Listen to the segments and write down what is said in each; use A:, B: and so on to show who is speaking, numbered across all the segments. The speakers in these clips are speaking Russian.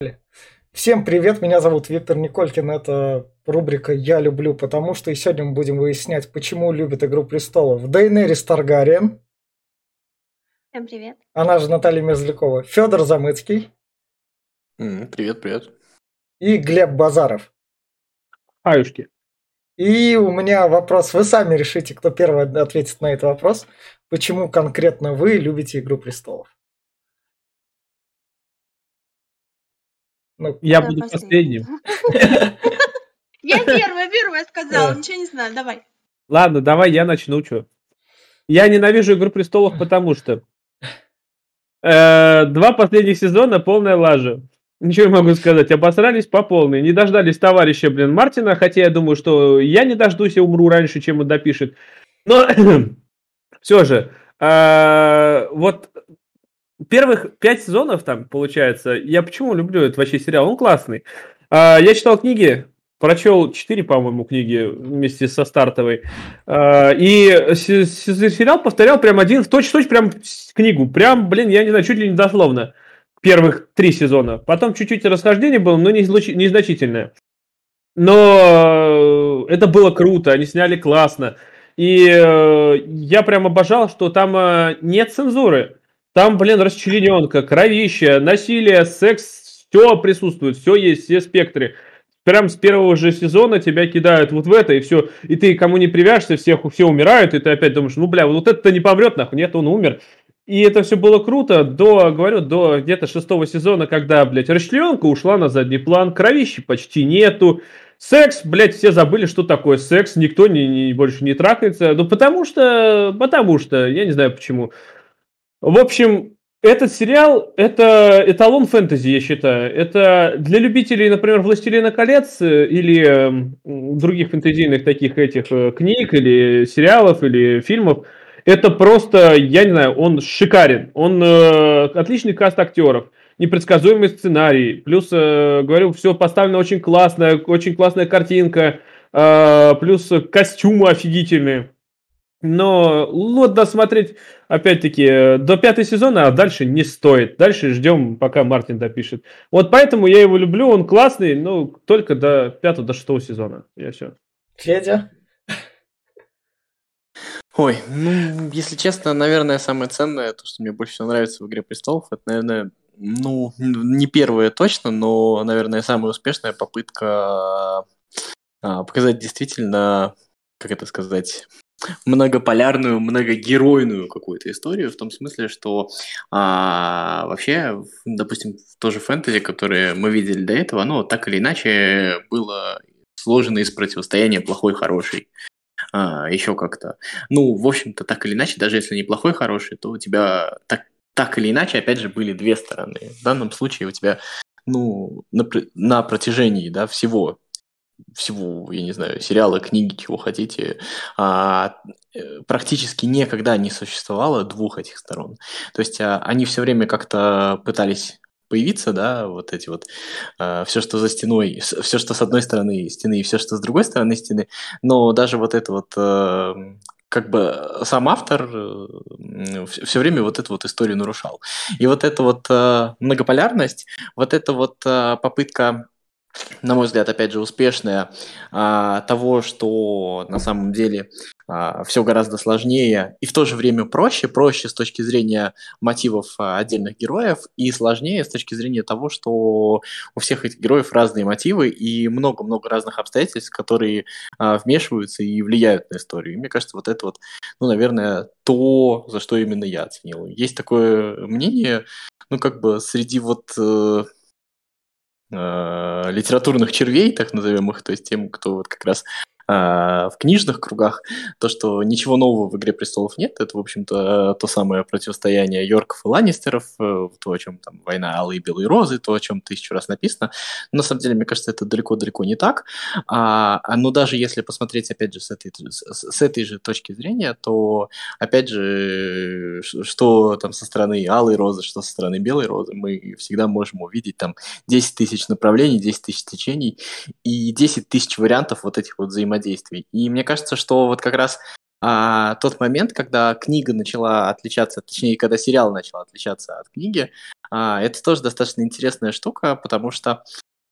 A: Всем привет, меня зовут Виктор Николькин, это рубрика «Я люблю потому что», и сегодня мы будем выяснять, почему любит «Игру престолов» Дейенерис Таргариен,
B: Всем привет.
A: она же Наталья Мерзлякова, Федор Замыцкий
C: Привет, привет.
A: и Глеб Базаров.
D: Аюшки.
A: И у меня вопрос, вы сами решите, кто первый ответит на этот вопрос, почему конкретно вы любите «Игру престолов».
D: Я
B: Да,
D: буду
B: последний.
D: последним.
B: Я первая сказала, ничего не знаю, давай.
D: Ладно, давай я начну, что. Я ненавижу «Игру престолов», потому что 2 последних сезона полная лажа. Ничего не могу сказать. Обосрались по полной. Не дождались товарища, Мартина, хотя я думаю, что я не дождусь и умру раньше, чем он допишет. Но все же, вот первых 5 сезонов там, получается, я почему люблю этот вообще сериал? Он классный. Я читал книги, прочел 4, по-моему, книги вместе со стартовой. И сериал повторял прям один в точь-в-точь прям книгу. Прям, я не знаю, чуть ли не дословно. Первых 3 сезона. Потом чуть-чуть расхождение было, но незначительное. Но это было круто, они сняли классно. И я прям обожал, что там нет цензуры. Там, расчлененка, кровище, насилие, секс, все присутствует, все есть, все спектры. Прям с первого же сезона тебя кидают вот в это, и все. И ты кому не привяжешься, все умирают, и ты опять думаешь, вот это-то не помрет, нахуй, нет, он умер. И это все было круто до где-то 6-го сезона, когда, расчлененка ушла на задний план, кровищи почти нету. Секс, все забыли, что такое секс, никто больше не трахается. Ну, потому что, я не знаю почему. В общем, этот сериал – это эталон фэнтези, я считаю. Это для любителей, например, «Властелина колец» или других фэнтезийных таких книг, или сериалов, или фильмов. Это просто, я не знаю, он шикарен. Он отличный каст актеров, непредсказуемый сценарий. Плюс, говорю, все поставлено очень классная картинка, плюс костюмы офигительные. Но вот досмотреть, опять-таки, до 5-го сезона, а дальше не стоит. Дальше ждем, пока Мартин допишет. Вот поэтому я его люблю, он классный, но только до 5-го, до 6-го сезона. Я все.
A: Федя?
C: Ой, если честно, наверное, самое ценное, то, что мне больше всего нравится в «Игре престолов», это, наверное, не первая точно, но, наверное, самая успешная попытка показать действительно, как это сказать, многополярную, многогеройную какую-то историю, в том смысле, что вообще, допустим, тоже фэнтези, которые мы видели до этого, оно так или иначе было сложено из противостояния плохой-хороший. Еще как-то. В общем-то, так или иначе, даже если не плохой-хороший, то у тебя так или иначе, опять же, были 2 стороны. В данном случае у тебя, на протяжении, всего, я не знаю, сериалы, книги, чего хотите, практически никогда не существовало 2 этих сторон. То есть они все время как-то пытались появиться, вот эти вот, все, что за стеной, все, что с одной стороны стены, и все, что с другой стороны стены, но даже вот это вот, как бы сам автор все время вот эту вот историю нарушал. И вот эта вот многополярность, вот эта вот попытка, на мой взгляд, опять же, успешная, того, что на самом деле все гораздо сложнее и в то же время проще с точки зрения мотивов отдельных героев, и сложнее с точки зрения того, что у всех этих героев разные мотивы и много-много разных обстоятельств, которые вмешиваются и влияют на историю. И мне кажется, вот это вот, наверное, то, за что именно я оценил. Есть такое мнение, среди вот литературных червей, так назовем их, то есть тем, кто вот как раз в книжных кругах, то, что ничего нового в «Игре престолов» нет, это, в общем-то, то самое противостояние Йорков и Ланнистеров, то, о чем там «Война Алой и Белой Розы», то, о чем 1000 раз написано. Но, на самом деле, мне кажется, это далеко-далеко не так. Но даже если посмотреть, опять же, с этой же точки зрения, то, опять же, что там со стороны Алой Розы, что со стороны Белой Розы, мы всегда можем увидеть там 10 тысяч направлений, 10 тысяч течений и 10 тысяч вариантов вот этих вот взаимодействий. И мне кажется, что вот как раз тот момент, когда книга начала отличаться, точнее, когда сериал начал отличаться от книги, Это тоже достаточно интересная штука, потому что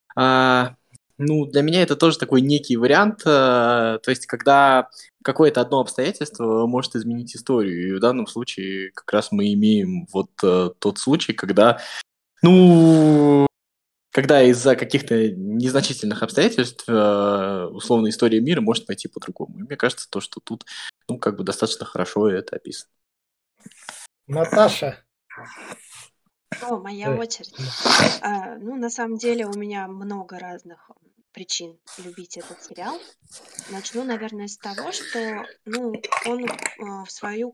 C: для меня это тоже такой некий вариант, то есть когда какое-то одно обстоятельство может изменить историю, и в данном случае как раз мы имеем вот тот случай, когда из-за каких-то незначительных обстоятельств условно история мира может пойти по-другому. И мне кажется, что тут достаточно хорошо это описано.
A: Наташа.
B: Моя очередь. На самом деле у меня много разных причин любить этот сериал. Начну, наверное, с того, что он в свое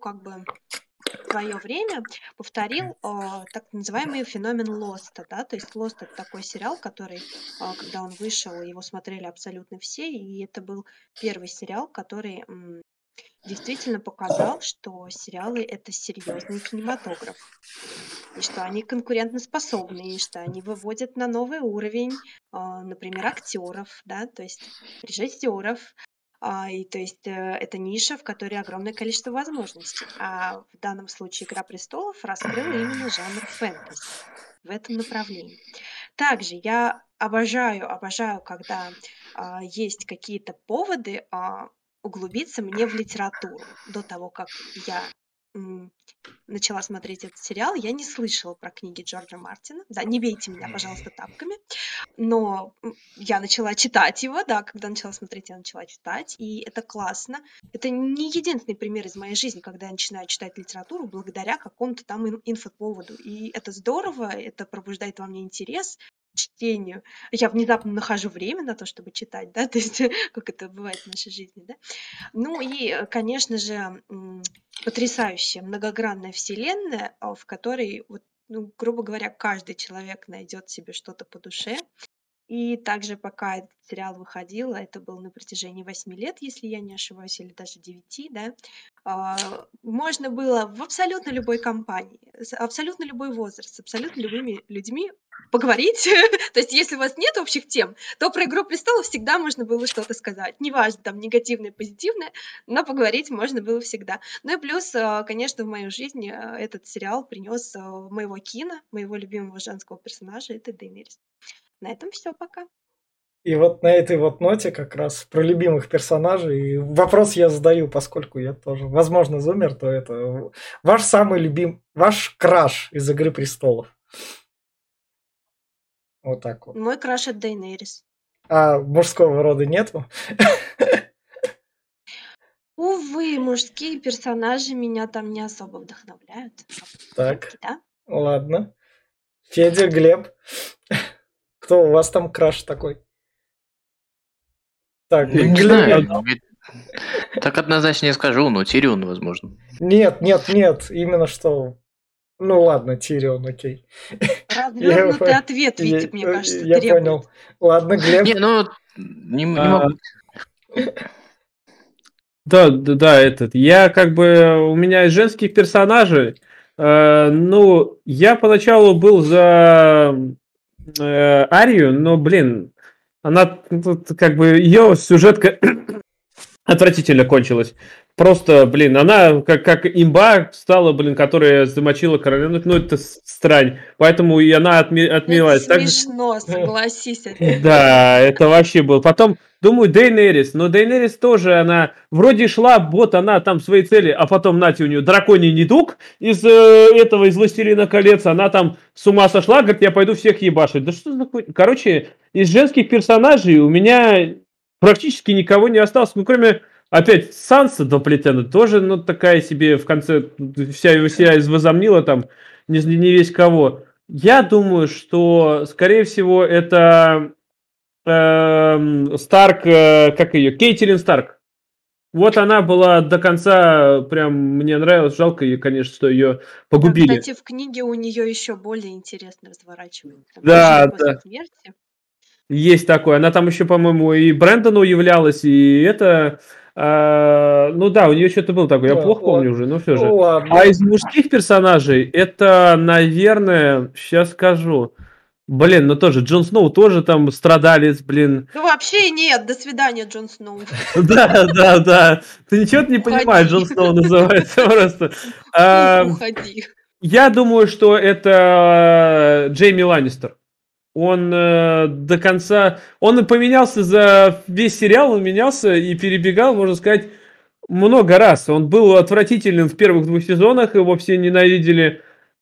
B: время повторил так называемый феномен Лоста, да, то есть Лост — это такой сериал, который, когда он вышел, его смотрели абсолютно все, и это был первый сериал, который действительно показал, что сериалы — это серьезный кинематограф, и что они конкурентоспособны, и что они выводят на новый уровень, например, актеров, да, то есть режиссеров. То есть это ниша, в которой огромное количество возможностей. А в данном случае «Игра престолов» раскрыла именно жанр фэнтези в этом направлении. Также я обожаю, когда есть какие-то поводы углубиться мне в литературу. До того, как я начала смотреть этот сериал, я не слышала про книги Джорджа Мартина. Да, не бейте меня, пожалуйста, тапками. Но я начала читать его, да, когда начала смотреть, я начала читать, и это классно. Это не единственный пример из моей жизни, когда я начинаю читать литературу благодаря какому-то там инфоповоду. И это здорово, это пробуждает во мне интерес к чтению. Я внезапно нахожу время на то, чтобы читать, да, то есть как это бывает в нашей жизни, да. И, конечно же, потрясающая многогранная вселенная, в которой, грубо говоря, каждый человек найдет себе что-то по душе. И также, пока этот сериал выходил, это было на протяжении 8 лет, если я не ошибаюсь, или даже 9, да, можно было в абсолютно любой компании, абсолютно любой возраст, с абсолютно любыми людьми поговорить. То есть, если у вас нет общих тем, то про «Игру престолов» всегда можно было что-то сказать. Неважно, там, негативное, позитивное, но поговорить можно было всегда. И плюс, конечно, в мою жизнь этот сериал принес моего любимого женского персонажа, это Дейенерис. На этом все, пока.
A: И вот на этой вот ноте как раз про любимых персонажей вопрос я задаю, поскольку я тоже, возможно, зумер, то это ваш самый любимый, ваш краш из «Игры престолов». Вот так вот.
B: Мой краш — это Дейенерис.
A: А мужского рода нету?
B: Увы, мужские персонажи меня там не особо вдохновляют.
A: Так,
B: Да?
A: ладно. Федя, Глеб, кто у вас там краш такой? Так,
C: не знаю. Так однозначно не скажу, но Тирион, возможно.
A: Нет, именно что... ладно, Тирион, окей.
B: Развернутый ответ, Витя, мне кажется,
A: я
B: требует.
A: понял. Ладно, Глеб.
C: Не могу.
D: Да, я у меня из женских персонажей, я поначалу был за Арию, но, она, ее сюжетка отвратительно кончилась. Просто, она как имба стала, которая замочила короля. Это странь. Поэтому и она отменилась.
B: Это смешно, согласись.
D: Да, это вообще было. Потом, думаю, Дейенерис. Но Дейенерис тоже, она вроде шла, она там свои цели, а потом, у нее драконий недуг из «Властелина колец». Она там с ума сошла, говорит, я пойду всех ебашить. Да что за такое? Короче, из женских персонажей у меня практически никого не осталось, кроме... Опять Санса Доплетена тоже, такая себе в конце вся возомнила там не весь кого. Я думаю, что, скорее всего, это Старк, Кейтилин Старк. Вот она была до конца, прям мне нравилось, жалко ее, конечно, что ее погубили.
B: Кстати, в книге у нее еще более интересно разворачивается.
D: Да. Смерти. Есть такое. Она там еще, по-моему, и Брэндону являлась, и это... у нее что-то было такое, я плохо помню уже, но все же. А из мужских персонажей, это, наверное, сейчас скажу. Тоже Джон Сноу тоже там страдалец,
B: вообще нет, до свидания, Джон Сноу.
D: Да. Ты ничего не понимаешь, Джон Сноу называется просто.
B: Уходи.
D: Я думаю, что это Джейми Ланнистер. Он до конца... Он и поменялся за весь сериал, он менялся и перебегал, можно сказать, много раз. Он был отвратителен в первых 2 сезонах, его все ненавидели.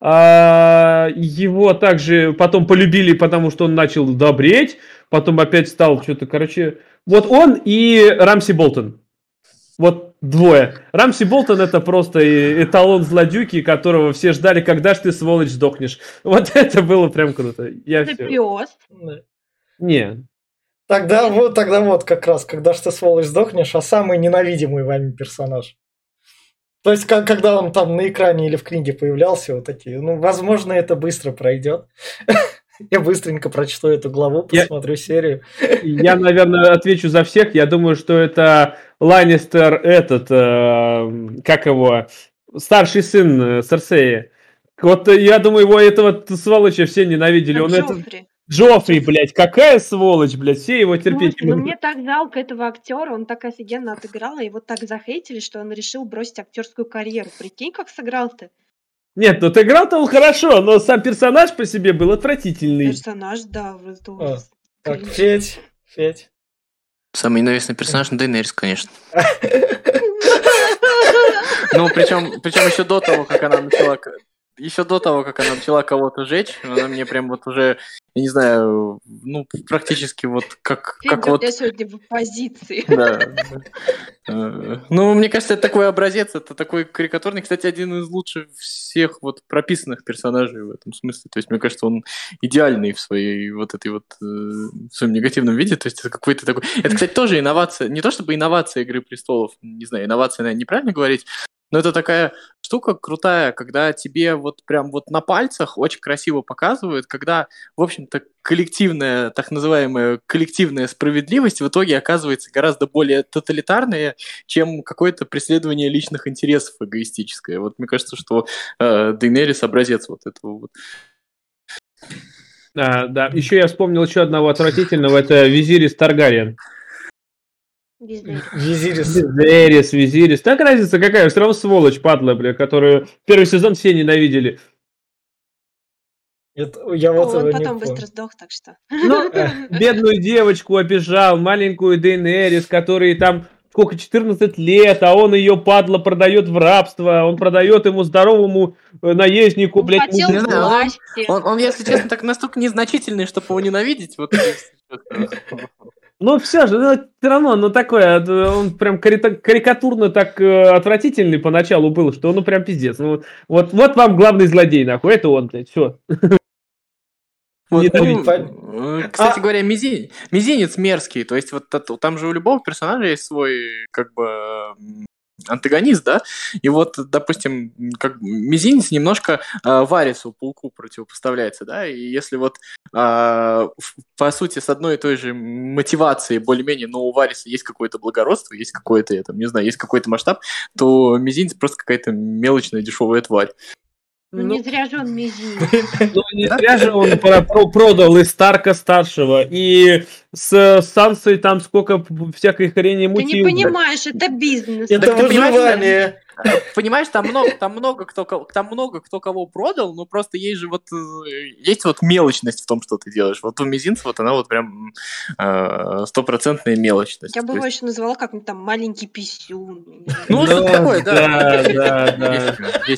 D: Его также потом полюбили, потому что он начал добреть. Потом опять стал что-то, короче... Вот он и Рамси Болтон. Вот двое. Рамси Болтон это просто эталон злодюки, которого все ждали, когда ж ты, сволочь, сдохнешь. Вот это было прям круто.
B: Это пес.
D: Не.
A: Тогда вот как раз, когда ж ты, сволочь, сдохнешь, а самый ненавидимый вами персонаж. То есть, когда он там на экране или в книге появлялся, вот такие, возможно, это быстро пройдет. Я быстренько прочту эту главу, посмотрю серию.
D: Я, наверное, отвечу за всех. Я думаю, что это Ланнистер как его, старший сын Серсеи. Вот я думаю, его этого сволоча все ненавидели. Джоффри, блядь, какая сволочь, блядь, все его терпеть не могут.
B: Мне так жалко этого актера, он так офигенно отыграл, и его так захейтили, что он решил бросить актерскую карьеру. Прикинь, как сыграл-то?
D: Нет, отыграл-то он хорошо, но сам персонаж по себе был отвратительный.
B: Персонаж, да, ужас.
A: Так, Федь.
C: Самый ненавистный персонаж Дейенерис, конечно. Ну, причем еще до того, как она начала кого-то жечь, она мне прям вот уже, я не знаю, практически вот как вот...
B: Я сегодня в оппозиции.
C: Да. Мне кажется, это такой образец, это такой карикатурный, кстати, один из лучших всех вот прописанных персонажей в этом смысле. То есть, мне кажется, он идеальный в своей вот этой вот, в своем негативном виде. То есть, это какой-то такой... Это, кстати, тоже инновация, не то чтобы инновация «Игры престолов», не знаю, инновация, наверное, неправильно говорить, но это такая штука крутая, когда тебе вот прям вот на пальцах очень красиво показывают, когда, в общем-то, коллективная, так называемая коллективная справедливость в итоге оказывается гораздо более тоталитарная, чем какое-то преследование личных интересов эгоистическое. Вот мне кажется, что Дейенерис образец вот этого вот.
D: Да. Еще я вспомнил еще одного отвратительного, это Визирис Таргариен. Визирис. Так разница какая? Все равно сволочь, падла, бля, которую первый сезон все ненавидели.
B: Он потом быстро сдох, так что...
D: Бедную девочку обижал, маленькую Дейенерис, которой там сколько, 14 лет, а он ее, падла, продает в рабство, он продает ему здоровому наезднику,
B: он
D: блядь.
B: Хотел власти.
C: Он, если честно, так настолько незначительный, чтобы его ненавидеть. Вот.
D: Все же, все равно, такое, он прям карикатурно так отвратительный поначалу был, что прям пиздец. Вот вам главный злодей, нахуй, это он, блядь, все.
C: Кстати говоря, мизинец мерзкий, то есть вот там же у любого персонажа есть свой, как бы, антагонист, да, и вот, допустим, как мизинец немножко Варису, пауку противопоставляется, да, и если вот по сути с одной и той же мотивацией более-менее, но у Вариса есть какое-то благородство, есть какой-то, я там не знаю, есть какой-то масштаб, то мизинец просто какая-то мелочная дешевая тварь.
B: Не зря же он мизинец.
D: Не зря же он продал и Старка старшего, и с Сансой там сколько всякой хрени мутил.
B: Ты не понимаешь, это бизнес.
A: Это выживание.
C: Понимаешь, там много кто кого продал, но просто есть же вот мелочность в том, что ты делаешь. Вот у мизинца вот она вот прям 100% мелочность.
B: Я бы его еще назвала как-нибудь там маленький писюн.
C: Что-то такое, да.
D: Да.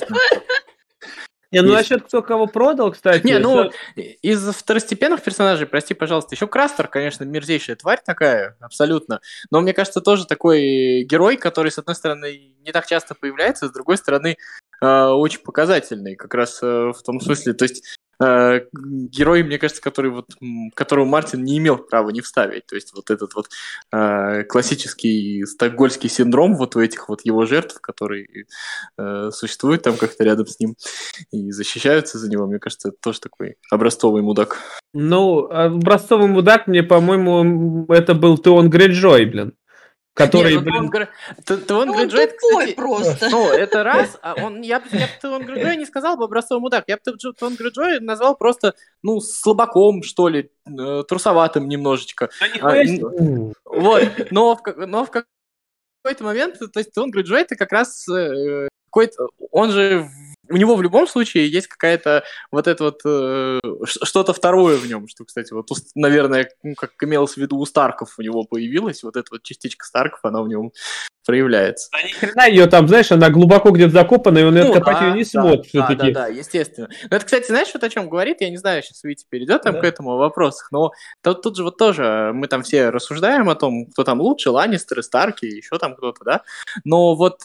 D: Насчет кто кого продал, кстати.
C: Из второстепенных персонажей, прости, пожалуйста, еще Крастер, конечно, мерзейшая тварь такая, абсолютно. Но мне кажется, тоже такой герой, который, с одной стороны, не так часто появляется, с другой стороны, очень показательный, как раз в том смысле, то есть герой, мне кажется, которого Мартин не имел права не вставить. То есть вот этот вот классический стокгольмский синдром вот у этих вот его жертв, которые существуют там как-то рядом с ним и защищаются за него, мне кажется, это тоже такой образцовый мудак.
D: Образцовый мудак мне, по-моему, это был Теон Грейджой, блин. Который,
C: Теон
B: Грейджой, кстати, просто.
C: Это раз, я бы Теон Грейджой не сказал бы образцовый мудак, я бы Теон Грейджой назвал просто, слабаком, что ли, трусоватым немножечко. Вот, но в какой-то момент, то есть Теон Грейджой это как раз какой-то, он же у него в любом случае есть какая-то вот это вот что-то второе в нем, что, кстати, вот, наверное, как имелось в виду у Старков у него появилась, вот эта вот частичка Старков, она в нем проявляется.
D: А ни хрена ее там, знаешь, она глубоко где-то закопана, и он откопать ее не смог все-таки.
C: Да, естественно. Но это, кстати, знаешь, вот о чем говорит? Я не знаю, сейчас Витя перейдет там к этому вопросу, но тут же вот тоже мы там все рассуждаем о том, кто там лучше, Ланнистеры, Старки, еще там кто-то, да? Но вот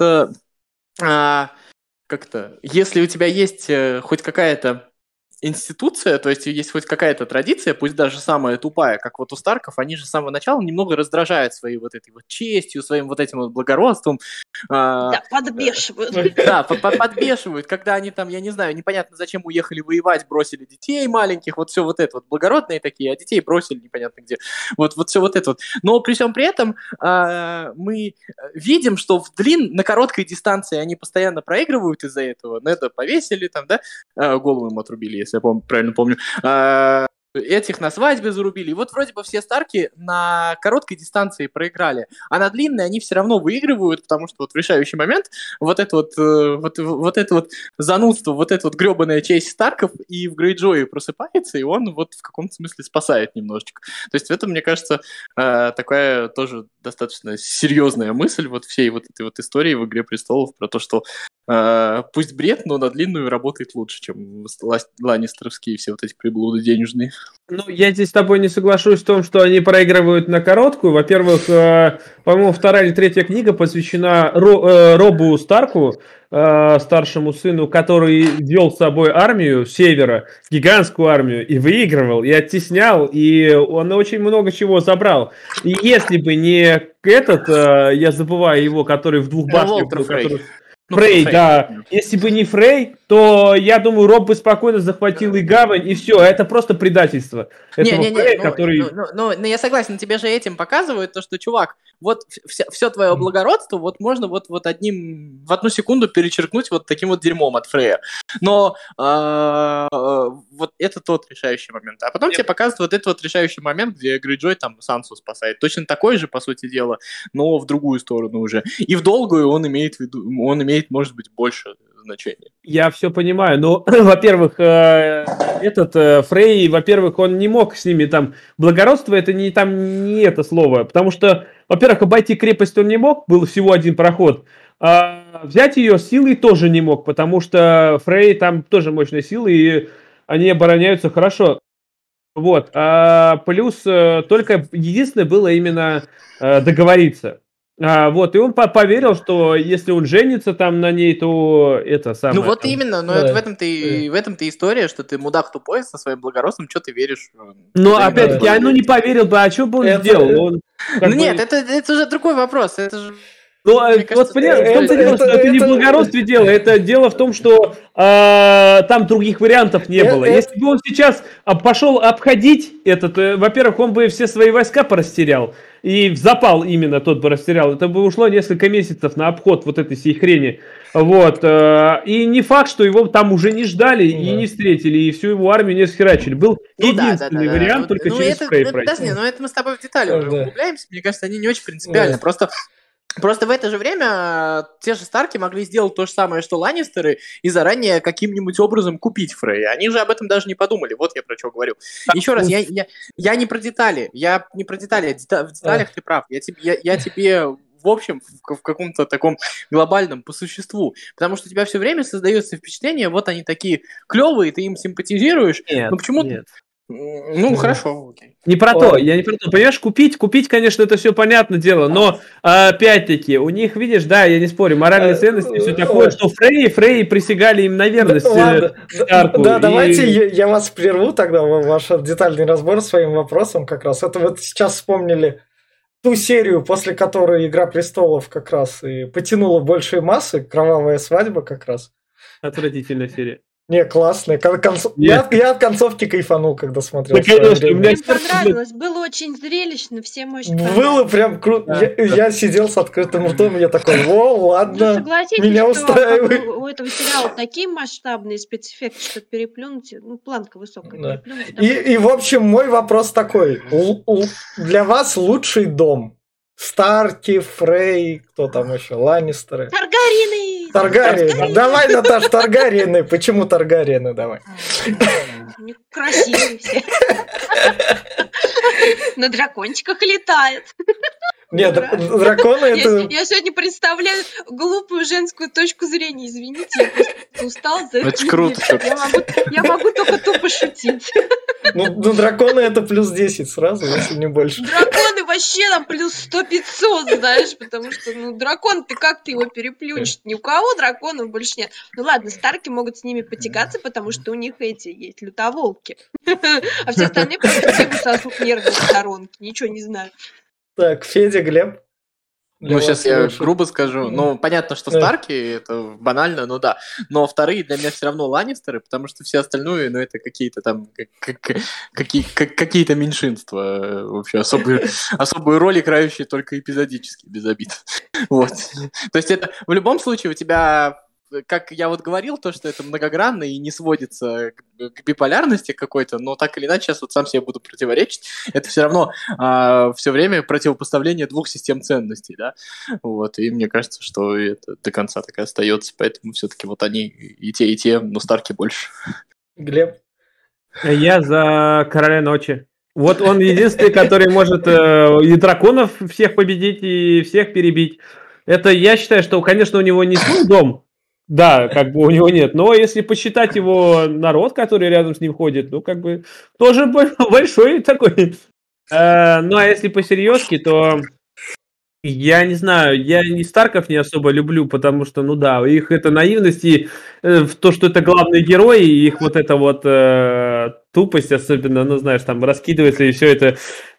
C: как-то, если у тебя есть хоть какая-то институция, то есть есть хоть какая-то традиция, пусть даже самая тупая, как вот у Старков, они же с самого начала немного раздражают своей вот этой вот честью, своим вот этим вот благородством.
B: Да, подбешивают.
C: Да, подбешивают, когда они там, я не знаю, непонятно зачем уехали воевать, бросили детей маленьких, вот все вот это вот, благородные такие, а детей бросили непонятно где. Вот все вот это вот. Но при всем при этом мы видим, что на короткой дистанции они постоянно проигрывают из-за этого. Неда повесили там, да, голову ему отрубили, если я правильно помню. Этих на свадьбе зарубили. И вот вроде бы все Старки на короткой дистанции проиграли, а на длинной они все равно выигрывают, потому что вот в решающий момент вот это вот занудство, вот эта вот гребаная честь Старков и в Грейджое просыпается, и он вот в каком-то смысле спасает немножечко. То есть это, мне кажется, такая тоже достаточно серьезная мысль вот всей вот этой вот истории в «Игре престолов» про то, что пусть бред, но на длинную работает лучше, чем ланнистеровские все вот эти приблуды денежные.
D: Ну, я здесь с тобой не соглашусь в том, что они проигрывают на короткую. Во-первых, по-моему, 2-я или 3-я книга посвящена Робу Старку, старшему сыну, который вел с собой армию севера, гигантскую армию, и выигрывал, и оттеснял, и он очень много чего забрал. И если бы не этот, я забываю его, который в двух башнях был, который... Фрей, да. Если бы не Фрей, то, я думаю, Роб бы спокойно захватил и гавань, и все. Это просто предательство.
C: Ну, я согласен, тебе же этим показывают то, что, чувак, вот все твое благородство вот можно вот в одну секунду перечеркнуть вот таким вот дерьмом от Фрея. Но вот это тот решающий момент. А потом тебе показывают вот этот вот решающий момент, где Грейджой там Сансу спасает. Точно такой же, по сути дела, но в другую сторону уже. И в долгую он имеет, может быть, больше значения.
D: Я все понимаю, но, во-первых, Фрей, во-первых, он не мог с ними там... Благородство это не это слово, потому что, во-первых, обойти крепость он не мог, был всего один проход, а взять ее силой тоже не мог, потому что Фрей там тоже мощная сила, и они обороняются хорошо. Вот. Плюс только единственное было именно договориться. Вот, и он поверил, что если он женится там на ней, то это самое...
C: Ну вот там, именно, но да. в этом-то и история, что ты мудак тупой со своим благородством, что ты веришь?
D: Ну, опять-таки, не поверил бы, а что бы он сделал?
C: Нет, это уже другой вопрос, это же...
D: Ну, вот понимаешь, это не в благородстве дело, это дело в том, что там других вариантов не было. Если бы он сейчас пошел обходить этот, во-первых, он бы все свои войска порастерял, и в запал именно тот бы растерял. Это бы ушло несколько месяцев на обход вот этой всей хрени. Вот. И не факт, что его там уже не ждали и не встретили, и всю его армию не схерачили. Был единственный вариант только через Фрей пройти.
C: Подожди, но это мы с тобой в детали уже углубляемся. Мне кажется, они не очень принципиальны. Просто в это же время те же Старки могли сделать то же самое, что Ланнистеры, и заранее каким-нибудь образом купить Фрея. Они же об этом даже не подумали. Вот я про что говорю. Еще раз, я не про детали. Я не про детали. В деталях ты прав. Я тебе в общем, в каком-то таком глобальном по существу. Потому что у тебя все время создается впечатление, вот они такие клевые, ты им симпатизируешь.
D: Нет,
C: но почему-то...
D: Нет.
C: Ну, хорошо, окей.
D: Не про то, я не про то. Понимаешь, купить, конечно, это все понятное дело, но, опять-таки, у них, видишь, да, я не спорю, моральные ценности и все такое, что Фрей присягали им на верность Старку.
A: Да, давайте я вас прерву тогда, ваш детальный разбор своим вопросом как раз. Это вот сейчас вспомнили ту серию, после которой «Игра престолов» как раз и потянула большие массы, «Кровавая свадьба» как раз.
D: Отвратительная серия.
A: Не, классная. Я от концовки кайфанул, когда смотрел.
D: Да, конечно,
B: мне понравилось, было очень зрелищно, всем очень понравилось.
A: Было прям круто. Я сидел с открытым ртом, и я такой, ладно, меня устраивает.
B: У этого сериала такие масштабные спецэффекты, что переплюнуть, планка высокая.
A: И, в общем, мой вопрос такой. Для вас лучший дом? Старки, Фрей, кто там еще? Ланнистеры?
B: Таргариены!
A: Таргариены. Давай, Наташ, Таргариены. Почему Таргариены? Давай.
B: Красивые все. На дракончиках летают.
A: Нет, драконы это...
B: Я сегодня представляю глупую женскую точку зрения. Извините, я просто устала за
C: Это круто.
B: Я могу только тупо шутить.
A: Ну, драконы это плюс 10 сразу, если не больше.
B: Драконы вообще там плюс 100-500, знаешь, потому что, дракон, как ты его переплюнешь? Ни у кого драконов больше нет. Ну ладно, Старки могут с ними потягаться, потому что у них эти есть лютоволки. А все остальные просто все высасывают нервы в сторонке. Ничего не знаю.
A: Так, Федя, Глеб.
C: Ну, сейчас я грубо скажу. Ну, понятно, что Старки, это банально, ну да. Но вторые для меня все равно Ланнистеры, потому что все остальные, ну, это какие-то там, какие-то меньшинства. Вообще, особую роль играющие только эпизодически, без обид. Вот. То есть это в любом случае у тебя... Как я вот говорил, то, что это многогранно и не сводится к биполярности какой-то, но так или иначе, сейчас вот сам себе буду противоречить, это все равно все время противопоставление двух систем ценностей, да, вот, и мне кажется, что это до конца так и остается, поэтому все-таки вот они и те, но Старки больше.
A: Глеб?
D: Я за Короля Ночи. Вот он единственный, который может и драконов всех победить, и всех перебить. Это я считаю, что, конечно, у него не свой дом, да, как бы у него нет. Но если посчитать его народ, который рядом с ним ходит, ну, как бы, тоже большой такой. Ну, а если по-серьезки, то я не знаю, я не Старков не особо люблю, потому что, ну да, их это наивность и в то, что это главные герои, и их вот эта вот тупость особенно, ну, знаешь, там раскидывается, и все это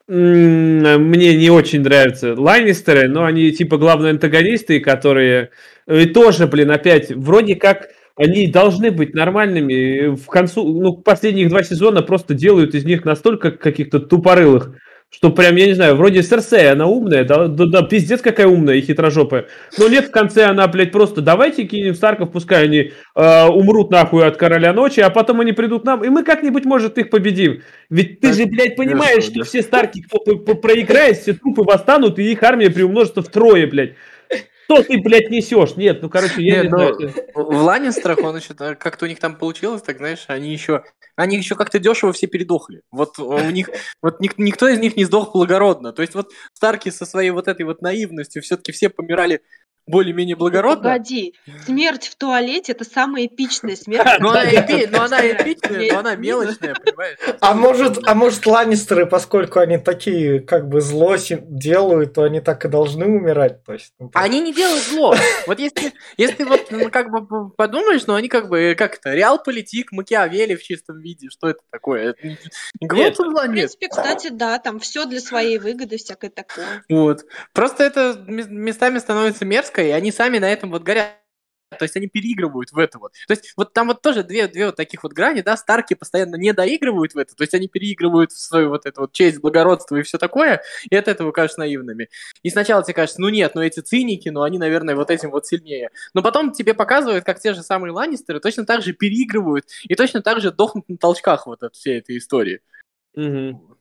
D: мне не очень нравятся. Ланнистеры, но они типа главные антагонисты, которые и тоже, блин, опять, вроде как они должны быть нормальными. В концу, ну, последних 2 сезона просто делают из них настолько каких-то тупорылых, что прям, я не знаю, вроде Серсея, она умная, да, пиздец какая умная и хитрожопая. Но нет, в конце она, блядь, просто давайте кинем Старков, пускай они умрут нахуй от Короля Ночи, а потом они придут к нам, и мы как-нибудь, может, их победим. Ведь ты же, блядь, понимаешь, что все Старки, кто проиграет, все трупы восстанут, и их армия приумножится втрое, блядь. Что ты, блядь, несешь? Нет, ну, короче, я не знаю.
C: В Ланнистерах он еще, как-то у них там получилось, так, знаешь, они еще как-то дешево все передохли. Вот у них, вот никто из них не сдох благородно. То есть вот Старки со своей вот этой вот наивностью все-таки все помирали более-менее благородно.
B: Погоди, смерть в туалете — это самая эпичная смерть.
C: Ну, она эпичная, но она мелочная, понимаешь?
A: А может Ланнистеры, поскольку они такие, как бы, зло делают, то они так и должны умирать? То есть,
C: они не делают зло. Вот если вот, как бы подумаешь, ну, они как бы, как это, реал-политик, Макиавелли в чистом виде, что это такое?
B: Нет, в принципе, кстати, да, там все для своей выгоды, всякое такое.
C: Вот. Просто это местами становится мерзко, и они сами на этом вот горят. То есть они переигрывают в это вот. То есть вот там вот тоже две вот таких вот грани, да, Старки постоянно не доигрывают в это, то есть они переигрывают в свою вот эту вот честь, благородство и все такое, и от этого кажется наивными. И сначала тебе кажется, ну нет, ну эти циники, ну они, наверное, вот этим вот сильнее. Но потом тебе показывают, как те же самые Ланнистеры точно так же переигрывают и точно так же дохнут на толчках вот от всей этой истории.
D: Угу.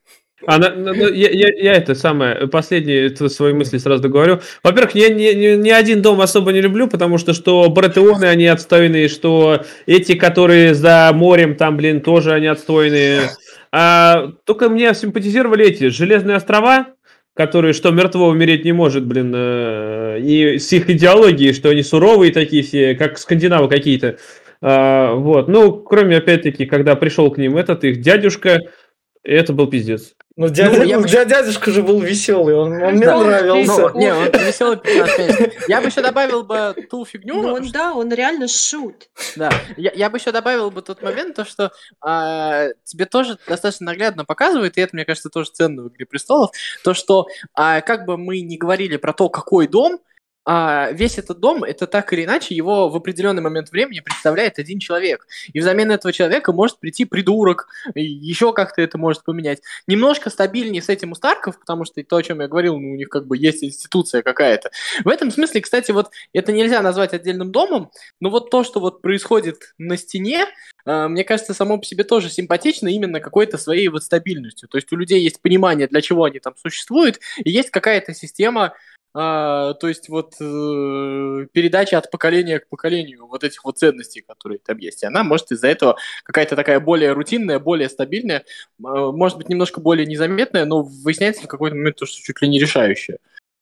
D: Я это самое, последние свои мысли сразу договорю. Во-первых, я ни один дом особо не люблю, потому что Баратеоны, они отстойные, что эти, которые за морем, там, блин, тоже они отстойные. Только мне симпатизировали эти Железные острова, которые, что мертво умереть не может, блин, и с их идеологией, что они суровые такие все, как скандинавы какие-то. Вот, ну, кроме, опять-таки, когда пришел к ним этот их дядюшка, это был пиздец.
A: Ну, дядюшка же был веселый, он мне нравился.
C: Не, он веселый персонаж. Я бы еще добавил бы ту фигню.
B: Ну, он реально шут.
C: Да, я бы еще добавил бы тот момент, то, что тебе тоже достаточно наглядно показывает, и это, мне кажется, тоже ценно в «Игре престолов», то, что как бы мы ни говорили про то, какой дом, весь этот дом, это так или иначе, его в определенный момент времени представляет один человек. И взамен этого человека может прийти придурок, и еще как-то это может поменять. Немножко стабильнее с этим у Старков, потому что то, о чем я говорил, у них как бы есть институция какая-то. В этом смысле, кстати, вот это нельзя назвать отдельным домом, но вот то, что вот происходит на стене, мне кажется, само по себе тоже симпатично именно какой-то своей вот стабильностью. То есть у людей есть понимание, для чего они там существуют, и есть какая-то система то есть вот передача от поколения к поколению вот этих вот ценностей, которые там есть. И она может из-за этого какая-то такая более рутинная, более стабильная, может быть, немножко более незаметная, но выясняется в какой-то момент то, что чуть ли не решающее.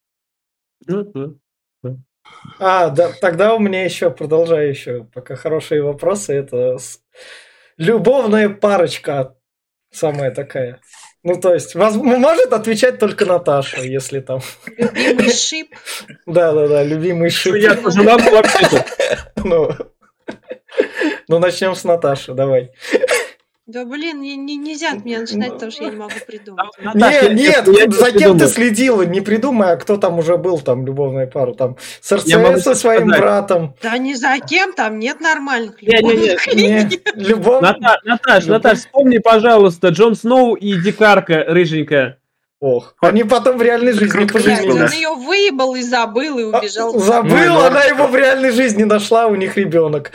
A: Да, тогда у меня еще, продолжаю еще, пока хорошие вопросы, это любовная парочка самая такая. Ну, то есть, может отвечать только Наташа, если там...
B: Любимый шип.
A: Да, любимый шип.
D: Я тоже могу вообще-то.
A: Ну, начнем с Наташи, давай.
B: Да блин, нельзя от меня начинать, потому что я не могу придумать.
A: Нет, за кем ты следила? Не придумай, а кто там уже был, там, любовная пара, там, с РЦС со своим братом.
B: Да не за кем, там нет нормальных любовных линий.
D: Наташ, вспомни, пожалуйста, Джон Сноу и дикарка рыженькая.
A: Ох, они потом в реальной жизни поженились.
B: Он ее выебал и забыл, и убежал.
A: Забыл, она его в реальной жизни нашла, у них ребенок.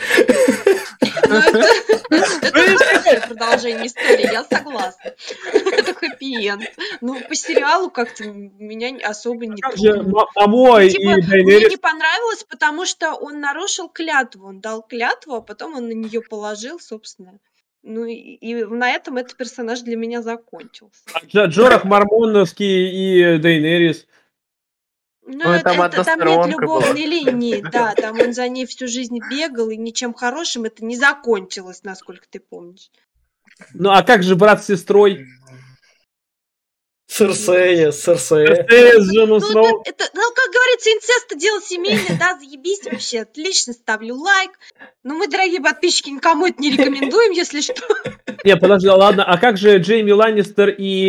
B: Это продолжение истории, я согласна. Это хэппи-энд. Ну, по сериалу как-то меня особо не... Мне не понравилось, потому что он нарушил клятву. Он дал клятву, а потом он на нее положил, собственно. Ну, и на этом этот персонаж для меня закончился.
D: Джорах Мормоновский и Дейнерис.
B: Ну, там нет любовной линии, да, там он за ней всю жизнь бегал, и ничем хорошим это не закончилось, насколько ты помнишь.
D: Ну, а как же брат с сестрой?
A: Церсея.
B: Ну, как говорится, инцест — дело семейное, да, заебись вообще, отлично, ставлю лайк. Но мы, дорогие подписчики, никому это не рекомендуем, если что.
D: Не, подожди, ладно, а как же Джейми Ланнистер и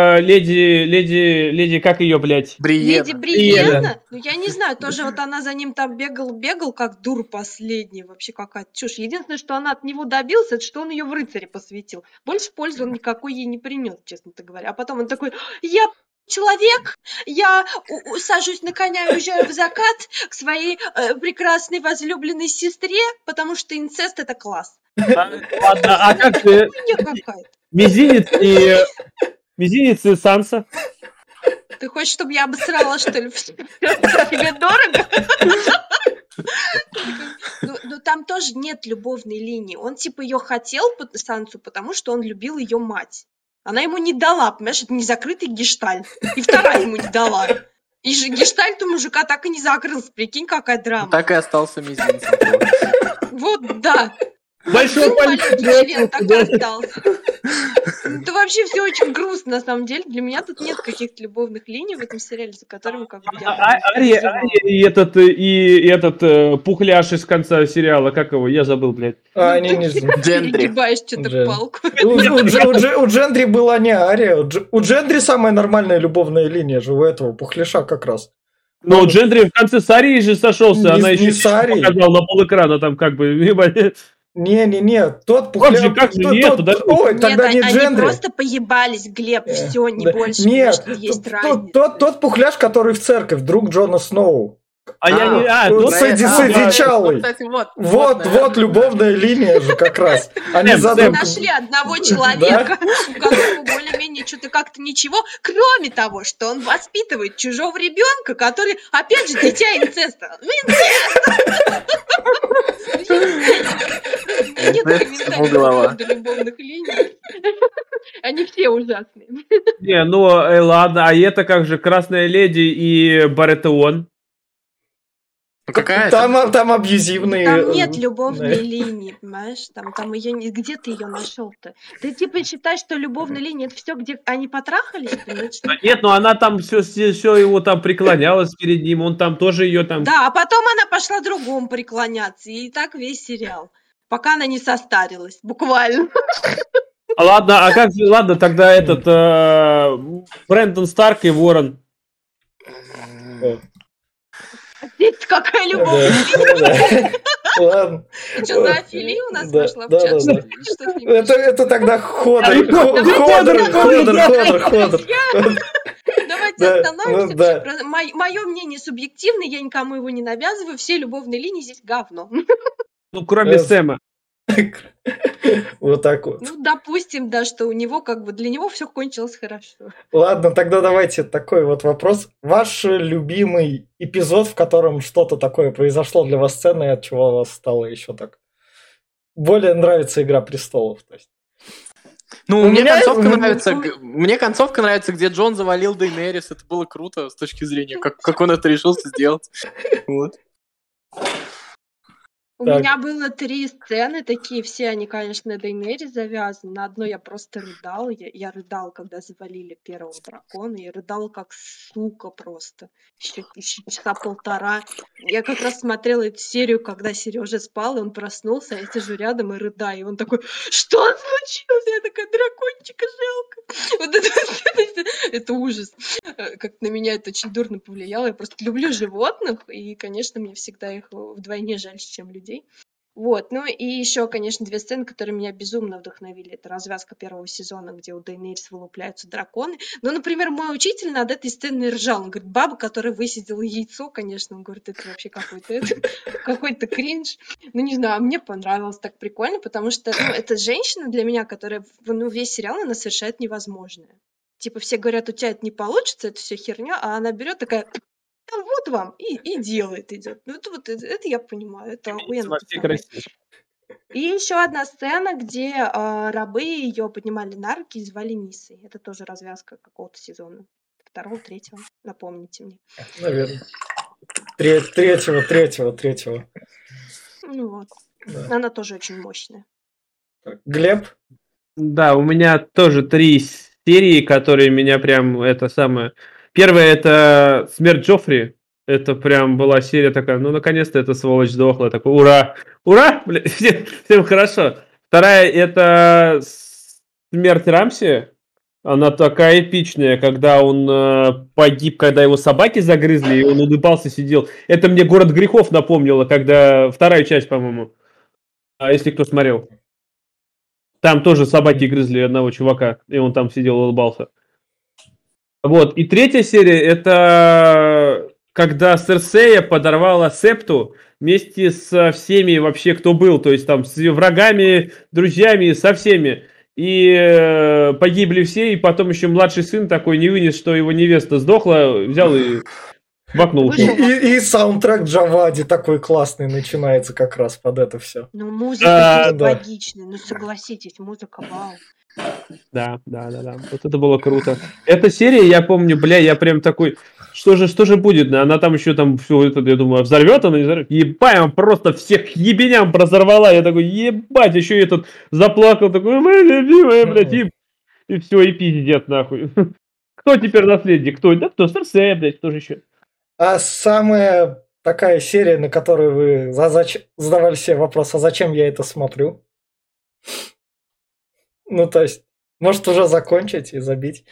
D: леди, как ее, блядь?
B: Леди Бриенна? Ну, я не знаю, тоже вот она за ним там бегал, как дура последняя, вообще какая-то чушь. Единственное, что она от него добилась, это что он ее в рыцаре посвятил. Больше пользы он никакой ей не принес, честно говоря. А потом он такой: я человек, я сажусь на коня и уезжаю в закат к своей прекрасной возлюбленной сестре, потому что инцест — это класс.
D: Ладно, а как же мизинец и Санса?
B: Ты хочешь, чтобы я обосрала, что ли? Тебе дорого? Ну, там тоже нет любовной линии. Он, типа, ее хотел, Сансу, потому что он любил ее мать. Она ему не дала, понимаешь, это незакрытый гештальт. И вторая ему не дала. И же гештальт у мужика так и не закрылся. Прикинь, какая драма.
C: Так и остался мизинцем.
B: Вот, да.
D: Большой
B: член так и остался. Это вообще все очень грустно, на самом деле. Для меня тут нет каких-то любовных линий в этом сериале, за которыми как бы я...
D: Ария и этот пухляш из конца сериала, как его? Я забыл, блядь.
C: Джендри.
B: Перегибаешь что-то палку.
A: У Джендри была не Ария. У Джендри самая нормальная любовная линия же у этого пухляша как раз.
D: Но Джендри в конце с Арией же сошелся, она еще показала на полэкрана там как бы...
A: Не, тот пухляш...
B: Ой, тогда не Джендри. Они просто поебались, Глеб, все, не больше.
A: Нет, тот пухляш, который в церковь, друг Джона Сноу. С одичалой. Вот любовная линия же как раз.
B: Они нашли одного человека, у которого более-менее что-то как-то ничего, кроме того, что он воспитывает чужого ребенка, который, опять же, дитя инцеста. Нет комментариев по поводу любовных линий. Они все ужасные.
D: Не, ну ладно, а это как же Красная Леди и Баратеон?
A: Там абьюзивные...
B: Там нет любовной линии, понимаешь? Там ее не... Где ты ее нашел-то? Ты типа считаешь, что любовная линия — это все, где они потрахались?
D: Нет, но она там все его там преклонялась перед ним, он там тоже ее там...
B: Да, а потом она пошла другому преклоняться, и так весь сериал. Пока она не состарилась, буквально.
D: Ладно, а как же... Ладно, тогда этот... Брэндон Старк и Ворон.
B: Здесь какая любовь.
A: Ладно.
B: Что за афилия у нас пошла в чат?
A: Это тогда Ходор.
B: Давайте остановимся. Мое мнение субъективное, я никому его не навязываю. Все любовные линии здесь говно.
D: Ну, кроме Сэма.
A: Вот так вот.
B: Ну, допустим, да, что у него как бы для него все кончилось хорошо.
A: Ладно, тогда давайте такой вот вопрос. Ваш любимый эпизод, в котором что-то такое произошло для вас ценное, от чего у вас стало еще так более нравится «Игра престолов»? То есть.
C: Ну,
A: У
C: мне
A: меня-
C: концовка нравится, где Джон завалил Дейнерис. Это было круто с точки зрения, как он это решился сделать. Вот.
B: У
A: Так.
B: меня было 3 сцены такие, все они, конечно, на Дейнерис завязаны. На одной я просто рыдала. Я рыдала, когда завалили первого дракона. Я рыдала как сука просто. Еще часа полтора. Я как раз смотрела эту серию, когда Сережа спал, и он проснулся, а я сижу рядом и рыдаю. И он такой, что случилось? Я такая, дракончика жалко. Вот это ужас. Как на меня это очень дурно повлияло. Я просто люблю животных, и, конечно, мне всегда их вдвойне жаль, чем людей. Вот, ну и еще, конечно, 2 сцены, которые меня безумно вдохновили. Это развязка первого сезона, где у Дейнерис вылупляются драконы. Ну, например, мой учитель над этой сценой ржал. Он говорит, баба, которая высидела яйцо, конечно, он говорит, это вообще какой-то кринж. Ну, не знаю, мне понравилось, так прикольно, потому что, ну, это женщина для меня, которая, ну, весь сериал, она совершает невозможное. Типа все говорят, у тебя это не получится, это все херня, а она берет такая, вот вам, и делает, идет. Ну, это я понимаю, это охуенно.
D: Во всей
B: пацаны.
D: красе.
B: И еще одна сцена, где рабы ее поднимали на руки и звали Ниссой. Это тоже развязка какого-то сезона. 2-го, 3-го, напомните мне.
A: Наверное. Третьего.
B: Ну вот.
A: Да.
B: Она тоже очень мощная.
A: Так, Глеб?
D: Да, у меня тоже 3 серии, которые меня прям, это самое... Первая, это «Смерть Джоффри». Это прям была серия такая, ну, наконец-то эта сволочь сдохла. Такой, ура! Ура! Бля, всем хорошо. Вторая, это «Смерть Рамси». Она такая эпичная, когда он погиб, когда его собаки загрызли, и он улыбался, сидел. Это мне «Город грехов» напомнило, когда... Вторая часть, по-моему. Если кто смотрел. Там тоже собаки грызли одного чувака, и он там сидел и улыбался. Вот. И третья серия, это когда Серсея подорвала Септу вместе со всеми вообще, кто был. То есть там с ее врагами, друзьями, со всеми. И погибли все, и потом еще младший сын такой не вынес, что его невеста сдохла, взял и бакнул.
B: Вышел.
A: И саундтрек Джавади такой классный начинается как раз под это все.
B: Ну, музыка
A: да.
B: логичная. Ну, согласитесь, музыка вау.
D: Да. Вот это было круто. Эта серия, я помню, бля, я прям такой, что же будет? Она там еще там все это, я думаю, взорвет она, не взорвет? Ебать, он просто всех ебеням разорвала. Я такой, ебать, еще этот заплакал, такой, моя любимая, блядь, и все, и пиздец, нахуй. Кто теперь наследник? Кто? Да кто? Серсея, блядь, кто же еще?
A: А самая такая серия, на которую вы задавали себе вопрос, а зачем я это смотрю? Ну, то есть, может уже закончить и забить.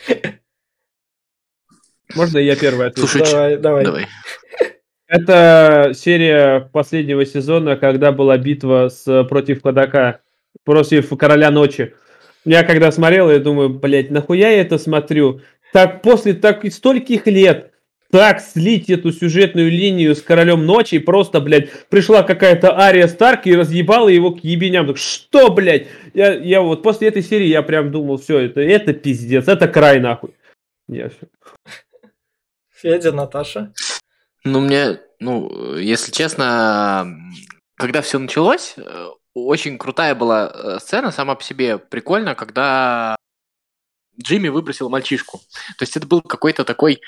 D: Можно я первый отвечу?
C: Слушай,
A: Давай.
D: Это серия последнего сезона, когда была битва против Ходока, против Короля Ночи. Я когда смотрел, я думаю, блядь, нахуя я это смотрю? Так после стольких лет так слить эту сюжетную линию с Королем Ночи, просто, блядь, пришла какая-то Ария Старк и разъебала его к ебеням. Так что, блядь? Я вот после этой серии я прям думал, все, это пиздец, это край нахуй.
A: Федя, Наташа?
C: Если честно, когда все началось, очень крутая была сцена, сама по себе прикольно, когда Джимми выбросил мальчишку. То есть это был какой-то такой,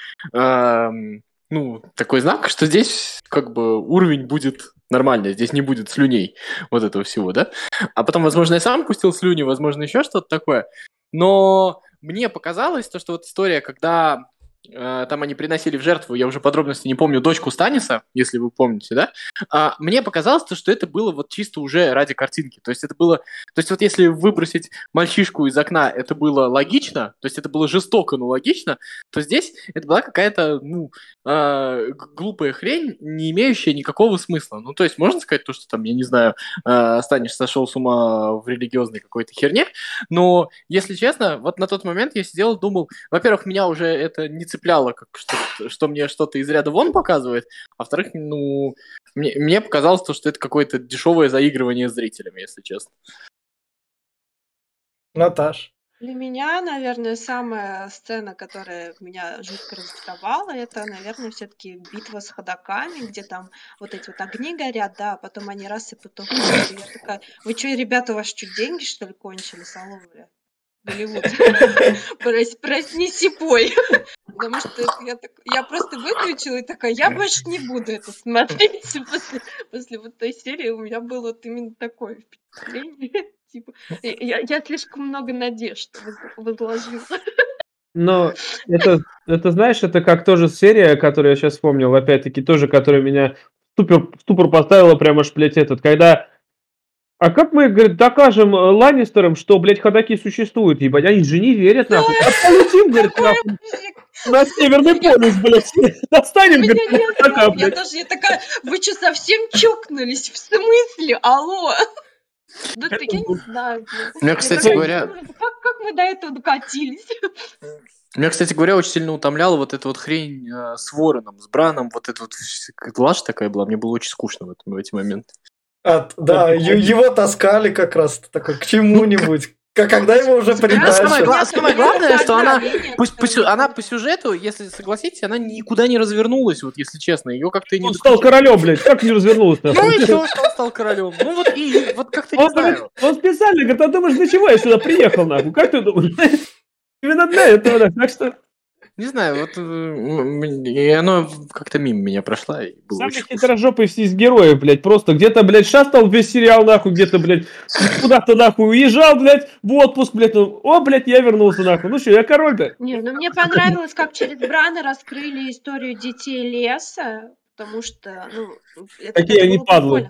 C: такой знак, что здесь как бы уровень будет нормальный, здесь не будет слюней вот этого всего, да? А потом, возможно, я сам пустил слюни, возможно, еще что-то такое. Но мне показалось, что вот история, когда там они приносили в жертву, я уже подробности не помню, дочку Станиса, если вы помните, да? Мне показалось, что это было вот чисто уже ради картинки. То есть это было... То есть вот если выбросить мальчишку из окна, это было логично, то есть это было жестоко, но логично, то здесь это была какая-то, глупая хрень, не имеющая никакого смысла. Ну, то есть можно сказать то, что там, я не знаю, Станиш сошел с ума в религиозной какой-то херне, но, если честно, вот на тот момент я сидел и думал, во-первых, меня уже это не цепляло, как что мне что-то из ряда вон показывает, а во-вторых, ну, мне показалось, что это какое-то дешевое заигрывание с зрителями, если честно.
A: Наташ.
B: Для меня, наверное, самая сцена, которая меня жутко разочаровала, это, наверное, все-таки битва с ходоками, где там вот эти вот огни горят, да, а потом они раз и потухают. И я такая, вы что, ребята, у вас что, деньги, что ли, кончились? Алло, бля. Голливуд. Проснись и пой. Потому что я просто выключила и такая, я больше не буду это смотреть. После вот той серии у меня было вот именно такое впечатление. Типа, я слишком много надежд возложила.
D: Но это, знаешь, это как тоже серия, которую я сейчас вспомнил, опять-таки, тоже, которая меня в ступор поставила, прям аж, блядь, когда... А как мы, говорит, докажем Ланнистерам, что, блядь, ходаки существуют, ебать? Они же не верят, нахуй. А полетим, говорит, нахуй. На Северный полюс, блядь. Достанем, говорит, ходака, блядь.
B: Я такая, вы что, совсем чокнулись? В смысле? Алло? Да я не знаю.
C: Меня, кстати говоря...
B: Как мы до этого докатились?
C: Меня, кстати говоря, очень сильно утомляла вот эта вот хрень с Вороном, с Браном, вот эта вот лажа такая была, мне было очень скучно в эти моменты.
A: Да, его таскали как раз такой к чему-нибудь. Когда его уже притащат.
C: Самое главное, что она по сюжету, если согласитесь, она никуда не развернулась, вот если честно. Ее как-то не...
D: Он стал королем, блядь, как не развернулся?
C: Ну и что, что он стал королем? Ну вот и вот как-то не знаю.
D: Он специально говорит, а думаешь, для чего я сюда приехал, нахуй? Как ты думаешь? Именно для этого, да. Так что...
C: Не знаю, вот и оно как-то мимо меня прошло. И было
D: самый хитрожопый из героев, блядь, просто где-то, блядь, шастал весь сериал, нахуй, где-то, блядь, куда-то, нахуй, уезжал, блядь, в отпуск, блядь, о, блядь, я вернулся, нахуй. Ну что, я король-то?
B: Не, ну мне понравилось, как через Брана раскрыли историю детей леса, потому что, ну,
D: какие они падлы.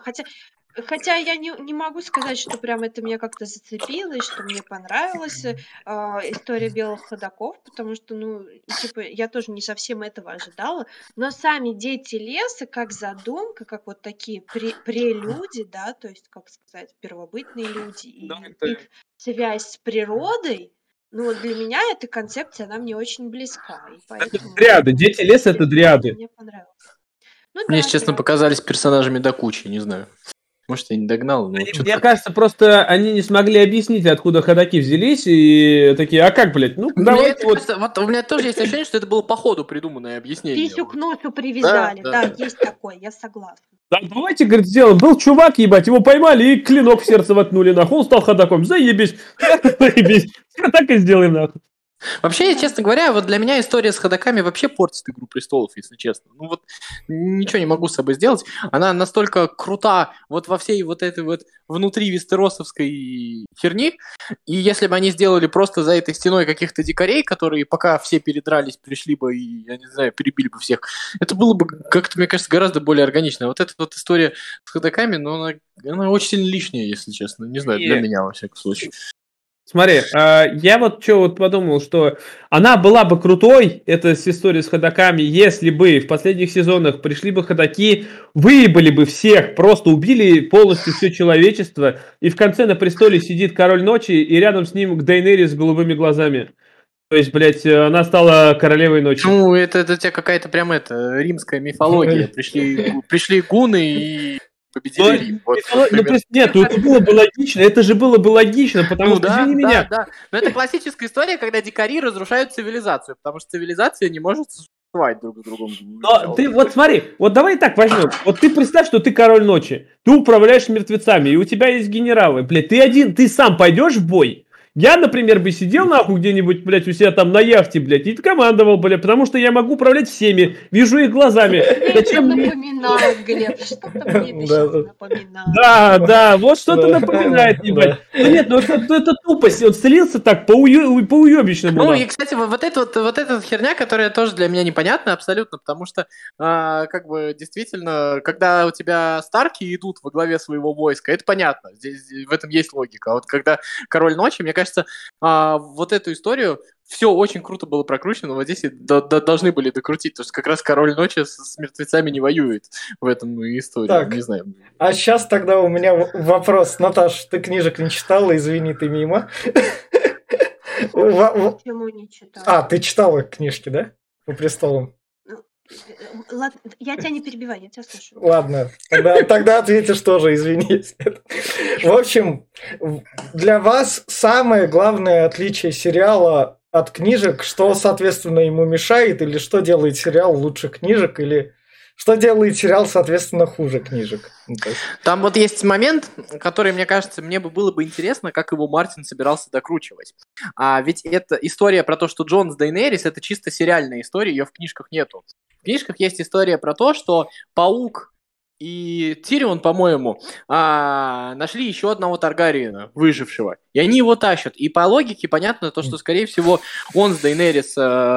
B: Хотя я не могу сказать, что прям это меня как-то зацепило, и что мне понравилась история белых ходоков, потому что, ну, типа, я тоже не совсем этого ожидала, но сами дети леса, как задумка, как вот такие прелюди, да, то есть, как сказать, первобытные люди, и их связь с природой, ну, вот для меня эта концепция, она мне очень близка. И поэтому,
D: это дриады, дети леса — это дриады.
B: Мне понравилось. Ну,
C: мне,
B: да,
C: честно, показались персонажами до кучи, не знаю. Может, я не догнал, но...
D: Мне кажется, просто они не смогли объяснить, откуда ходаки взялись, и такие, а как, блядь? Ну, давайте
C: вот у меня тоже есть ощущение, что это было по ходу придуманное объяснение.
B: Писю к носу привязали, да, есть такое, я согласна.
D: Да, давайте, говорит, сделаем. Был чувак, ебать, его поймали и клинок в сердце воткнули, нахуй. Он стал ходаком. Заебись. Заебись. Так и сделаем, нахуй.
C: Вообще, честно говоря, вот для меня история с ходоками вообще портит «Игру престолов», если честно. Ну вот ничего не могу с собой сделать. Она настолько крута вот во всей вот этой вот внутри вестеросовской херни. И если бы они сделали просто за этой стеной каких-то дикарей, которые пока все передрались, пришли бы и, я не знаю, перебили бы всех, это было бы как-то, мне кажется, гораздо более органично. Вот эта вот история с ходоками, ну, она очень сильно лишняя, если честно. Не знаю, для меня, во всяком случае.
D: Смотри, я вот что вот подумал, что она была бы крутой, эта история с ходоками, если бы в последних сезонах пришли бы ходаки, выебали бы всех, просто убили полностью все человечество, и в конце на престоле сидит король ночи, и рядом с ним Дейенерис с голубыми глазами. То есть, блядь, она стала королевой ночи.
C: Ну, это у тебя какая-то прям римская мифология. Пришли гуны и... победили.
D: Нет, это было бы логично, это же было бы логично, потому что, извини меня.
C: Да. Но это классическая история, когда дикари разрушают цивилизацию, потому что цивилизация не может существовать друг с другом.
D: Но ты вот смотри, вот давай так возьмем. Вот ты представь, что ты король ночи, ты управляешь мертвецами, и у тебя есть генералы. Блядь, ты сам пойдешь в бой? Я, например, бы сидел нахуй где-нибудь, блядь, у себя там на яхте, блядь, и командовал, блядь, потому что я могу управлять всеми, вижу их глазами.
B: Зачем напоминает, Глеб, что-то мне сейчас напоминает.
D: Да, вот что-то напоминает, ебать. Ну нет, ну это тупость, он слился так по-уебищному.
C: Ну и, кстати, вот эта херня, которая тоже для меня непонятна абсолютно, потому что, как бы, действительно, когда у тебя Старки идут во главе своего войска, это понятно, здесь в этом есть логика. А вот когда Король Ночи, мне кажется, вот эту историю все очень круто было прокручено, вот здесь должны были докрутить, потому что как раз Король Ночи с мертвецами не воюет в этом истории,
A: так,
C: не знаю.
A: А сейчас тогда у меня вопрос. Наташ, ты книжек не читала, извини, ты мимо.
B: Почему не читала?
A: Ты читала книжки, да? по престолам?
B: Ладно, я тебя не перебиваю, я тебя слушаю.
A: Ладно, тогда ответишь тоже, извинись. В общем, для вас самое главное отличие сериала от книжек, что, соответственно, ему мешает, или что делает сериал лучше книжек, или что делает сериал, соответственно, хуже книжек?
C: Там вот есть момент, который, мне кажется, мне было бы интересно, как его Мартин собирался докручивать. А ведь это история про то, что Джон с Дейенерис, это чисто сериальная история, ее в книжках нету. В книжках есть история про то, что Паук и Тирион, по-моему, нашли еще одного Таргариена, выжившего. И они его тащат. И по логике понятно то, что, скорее всего, он с Дейенерис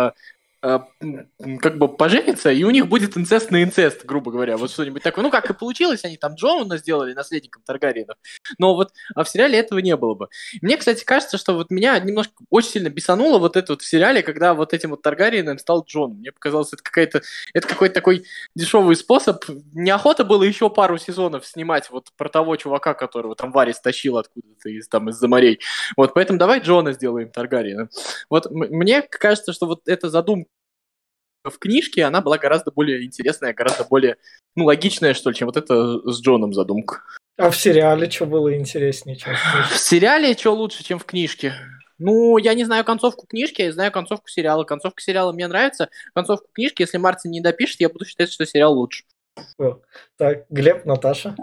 C: как бы поженятся, и у них будет инцест на инцест, грубо говоря. Вот что-нибудь такое. Ну, как и получилось, они там Джона сделали наследником Таргариенов. Но вот в сериале этого не было бы. Мне, кстати, кажется, что вот меня немножко очень сильно бесануло вот это вот в сериале, когда вот этим вот Таргариеном стал Джон. Мне показалось, это какой-то такой дешевый способ. Неохота было еще пару сезонов снимать вот про того чувака, которого там Варис тащил откуда-то из-за морей. Вот, поэтому давай Джона сделаем Таргариеном. Вот мне кажется, что вот эта задумка в книжке, она была гораздо более интересная, гораздо более, логичная, что ли, чем вот это с Джоном задумка.
A: А в сериале что было интереснее, чем в книжке?
C: В сериале что лучше, чем в книжке? Ну, я не знаю концовку книжки, я знаю концовку сериала. Концовка сериала мне нравится. Концовку книжки, если Мартин не допишет, я буду считать, что сериал лучше.
A: Так, Глеб, Наташа.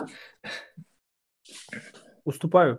D: Уступаю.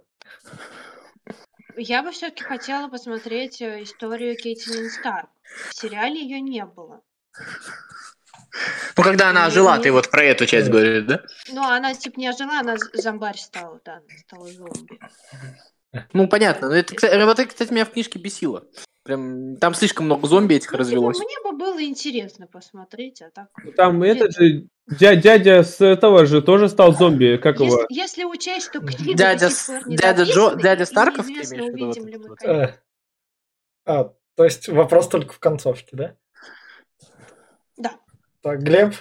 B: Я бы все-таки хотела посмотреть историю Кейтлин Старк. В сериале ее не было.
C: Ну, когда она ожила, ты вот про эту часть говоришь, да?
B: Ну, она типа не ожила, она зомбарь стала, да, стала зомби.
C: Ну, понятно. Вот это, кстати, меня в книжке бесило. Прям там слишком много зомби этих развелось.
B: Мне бы было интересно посмотреть, а так...
D: Там этот же дядя с этого же тоже стал зомби, как его?
B: Если учесть, что книга
C: Дядя
B: до сих пор не написана,
C: дядя Старков, ты
B: неизвестно,
C: имеешь в виду?
B: увидим ли мы конец.
A: То есть вопрос только в концовке, да?
B: Да.
A: Так, Глеб?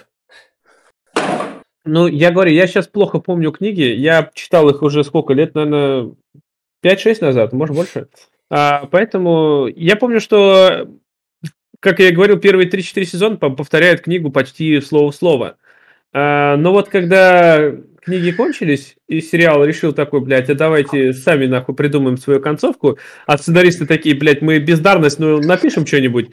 D: Ну, я говорю, я сейчас плохо помню книги. Я читал их уже сколько лет, наверное, 5-6 назад, может больше. Поэтому я помню, что, как я и говорил, первые 3-4 сезона повторяют книгу почти слово в слово. Но вот когда книги кончились, и сериал решил такой, блядь, а давайте сами нахуй придумаем свою концовку, а сценаристы такие, блядь, мы бездарность, ну напишем что-нибудь.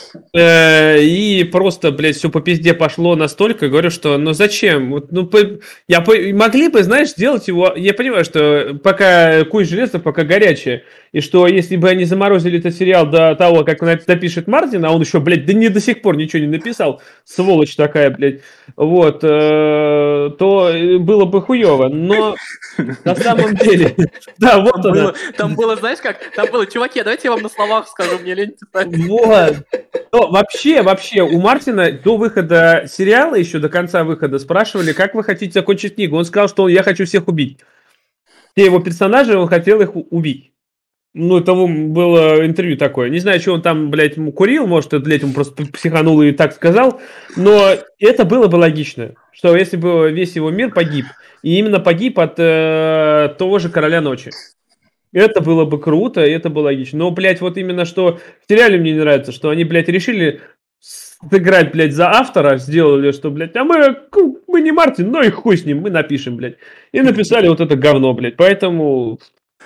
D: И просто, блядь, все по пизде пошло настолько, говорю, что, ну зачем? Вот, могли бы, знаешь, сделать его, я понимаю, что пока кусь железо, пока горячее, и что если бы они заморозили этот сериал до того, как напишет Мартин, а он еще, блядь, до сих пор ничего не написал, сволочь такая, блядь, вот, то было бы хуево, но на самом деле, да, вот оно.
C: Там было, знаешь как, там было, чуваки, давайте я вам на словах скажу, мне лень писать.
D: Вот. Но вообще, у Мартина до выхода сериала, еще до конца выхода, спрашивали, как вы хотите закончить книгу. Он сказал, что я хочу всех убить. Все его персонажи, он хотел их убить. Ну, это было интервью такое. Не знаю, что он там, блядь, ему курил, может, блядь, ему просто психанул и так сказал. Но это было бы логично, что если бы весь его мир погиб, и именно погиб от того же Короля Ночи. Это было бы круто, и это было логично. Но, блядь, вот именно что в сериале мне не нравится, что они, блядь, решили сыграть, блядь, за автора, сделали, что, блядь, а мы не Мартин, но и хуй с ним, мы напишем, блядь. И написали вот это говно, блядь. Поэтому...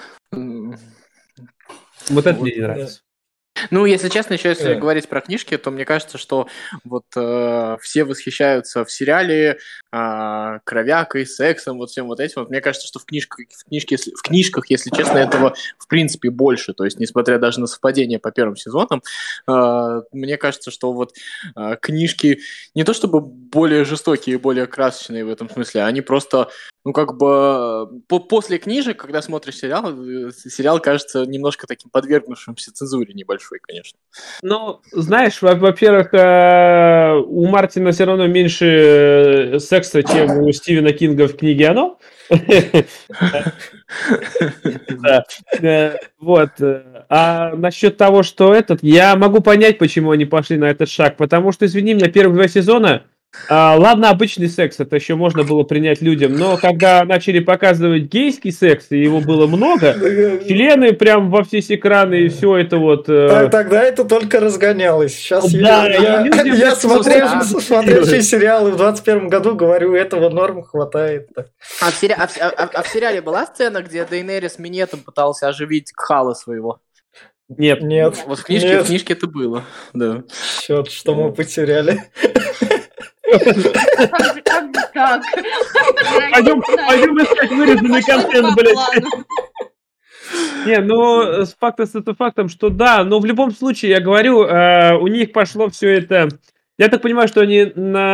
D: Вот это мне не нравится.
C: Ну, если честно, еще если говорить про книжки, то мне кажется, что вот все восхищаются в сериале кровякой, сексом, вот всем вот этим. Вот мне кажется, что в книжках, если честно, этого в принципе больше. То есть, несмотря даже на совпадение по первым сезонам, мне кажется, что вот книжки не то чтобы более жестокие и более красочные в этом смысле, они просто, ну, как бы после книжек, когда смотришь сериал кажется немножко таким подвергнувшимся цензуре небольшой, конечно.
D: Ну, знаешь, во-первых, у Мартина все равно меньше секса, чем у Стивена Кинга в книге «Оно». Вот. А насчет того, что я могу понять, почему они пошли на этот шаг, потому что, извини меня, первых 2 сезона Ладно, обычный секс, это еще можно было принять людям, но когда начали показывать гейский секс, и его было много, члены прям во все экраны, и все это вот...
A: Тогда это только разгонялось. Сейчас
D: Да,
A: я
C: просто
A: смотрящие сериалы в 21 году говорю, этого норм хватает.
C: А в сериале была сцена, где Дейнерис минетом пытался оживить Кхала своего?
D: Нет.
C: Вот в книжке это было, да.
A: Черт, что мы потеряли.
B: Как бы так?
D: Пойдем искать вырезанный контент, блядь. Не, ну, факт это фактом, что да, но в любом случае, я говорю, у них пошло все это... Я так понимаю, что они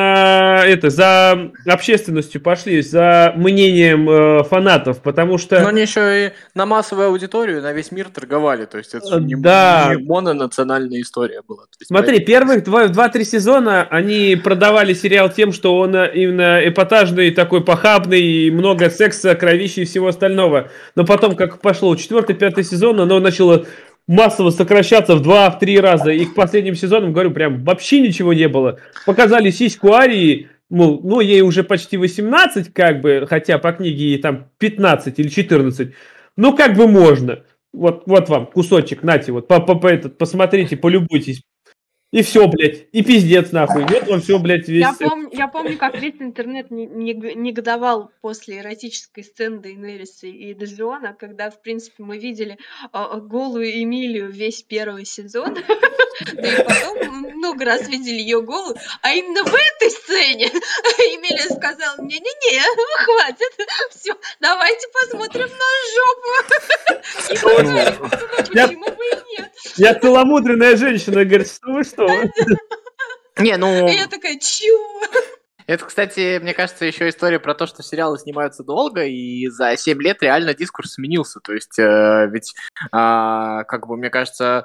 D: за общественностью пошли, за мнением фанатов, потому что...
C: Но они еще и на массовую аудиторию, на весь мир торговали, то есть это не мононациональная история была.
D: Смотри, первых 2-3 сезона они продавали сериал тем, что он именно эпатажный, такой похабный, много секса, кровищи и всего остального. Но потом, как пошло 4-5 сезон, оно начало массово сокращаться в 2-3 раза. И к последним сезонам, говорю, прям вообще ничего не было. Показали сиську Арии, мол, ну, ей уже почти 18, как бы, хотя по книге ей там 15 или 14. Ну, как бы можно. Вот вам кусочек, нате, вот, посмотрите, полюбуйтесь. И все, блядь, и пиздец, нахуй. Вот вам все, блядь, весь...
B: Я помню, как весь интернет негодовал после эротической сцены Дейнериса и Дежона, когда, в принципе, мы видели голую Эмилию весь первый сезон, да и потом много раз видели ее голую, а именно в этой сцене Эмилия сказала: не-не-не, хватит, все, давайте посмотрим на жопу. И мы говорим, почему бы и нет?
D: Я целомудренная женщина, говорит, что вы что?
C: Не, ну...
B: И я такая, чего?
C: Это, кстати, мне кажется, еще история про то, что сериалы снимаются долго, и за 7 лет реально дискурс сменился. То есть, ведь, как бы, мне кажется,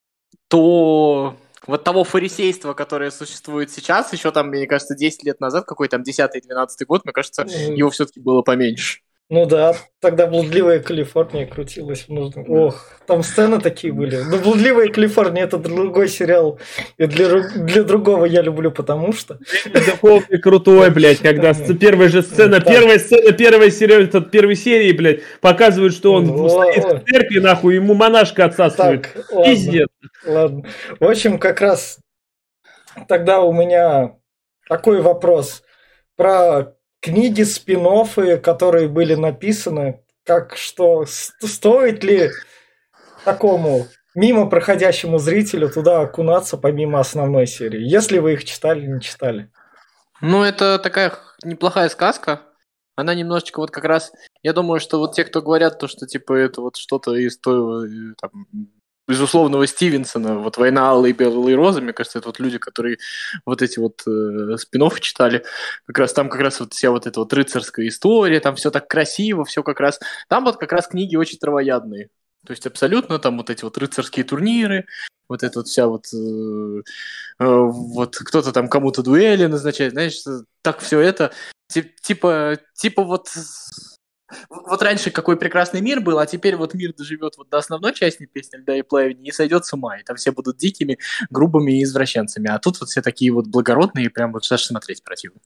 C: вот того фарисейства, которое существует сейчас, еще там, мне кажется, 10 лет назад, какой там 10-12 год, мне кажется, его все-таки было поменьше.
A: Ну да, тогда «Блудливая Калифорния» крутилась. Ох, там сцены такие были. Но «Блудливая Калифорния» — это другой сериал. И для другого я люблю, потому что...
D: Духовный крутой, блядь, когда первая сцена первой серии, блядь, показывают, что он стоит в церкви, нахуй, ему монашка отсасывает. Пиздец.
A: Ладно. В общем, как раз тогда у меня такой вопрос про книги, спин-оффы, которые были написаны, стоит ли такому мимо проходящему зрителю туда окунаться помимо основной серии, если вы их читали или не читали?
C: Ну, это такая неплохая сказка. Она немножечко вот как раз... Я думаю, что вот те, кто говорят, то, что типа это вот что-то из того... Там, безусловного Стивенсона, вот «Война алой и белой розы», мне кажется, это вот люди, которые вот эти вот спин-оффы читали, как раз там как раз вот вся вот эта вот рыцарская история, там все так красиво, все как раз... Там вот как раз книги очень травоядные. То есть абсолютно там вот эти вот рыцарские турниры, вот эта вот вся вот... вот кто-то там кому-то дуэли назначает, знаешь, так все это... Типа вот... Вот раньше какой прекрасный мир был, а теперь вот мир доживет вот до основной части «Песни льда и пламени» и сойдет с ума, и там все будут дикими, грубыми и извращенцами, а тут вот все такие вот благородные, и прям вот даже смотреть противно.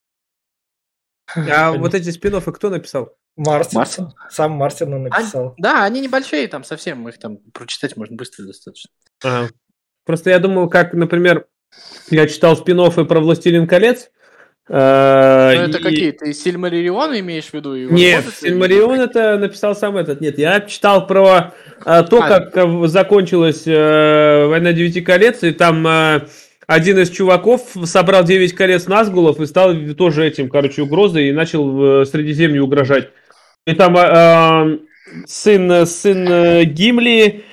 D: А вот эти спин-оффы кто написал?
A: Мартин. Сам Мартин написал.
C: Да, они небольшие там совсем, их там прочитать можно быстро достаточно.
D: Ага. Просто я думал, как, например, я читал спин-оффы про «Властелин колец».
C: Это какие? Ты Сильмариллион имеешь в виду?
D: Нет, Сильмариллион это написал сам этот. Нет, я читал про то, как закончилась «Война 9 колец», и там один из чуваков собрал 9 колец Назгулов и стал тоже этим, короче, угрозой и начал Средиземью угрожать. И там сын Гимли,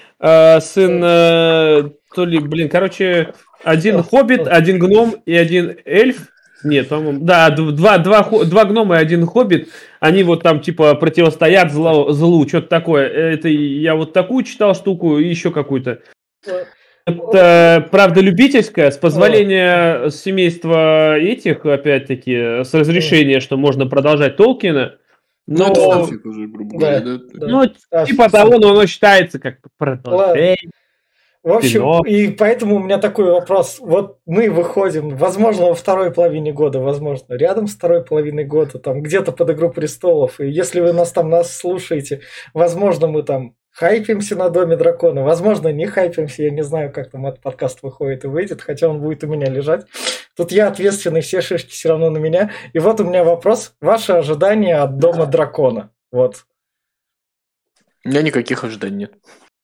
D: то ли, блин, короче, один хоббит, один гном и один эльф. Нет, по-моему, да, два гнома и один хоббит, они вот там типа противостоят злу, что-то такое. Это я вот такую читал штуку и еще какую-то. Это, правда, любительская, с позволения семейства этих, опять-таки, с разрешения, что можно продолжать Толкина. Но,
C: это фанфик уже, грубо говоря, да?
D: Ну, типа того, но оно считается как продолжение.
A: В общем,
D: Кино.
A: и поэтому у меня такой вопрос. Вот мы выходим, возможно, во второй половине года, возможно, рядом с второй половиной года, там где-то под «Игру престолов». И если вы нас слушаете, возможно, мы там хайпимся на Доме дракона, возможно, не хайпимся, я не знаю, как там этот подкаст выходит и выйдет, хотя он будет у меня лежать. Тут я ответственный, все шишки все равно на меня. И вот у меня вопрос. Ваши ожидания от Дома дракона? Вот.
C: У меня никаких ожиданий нет.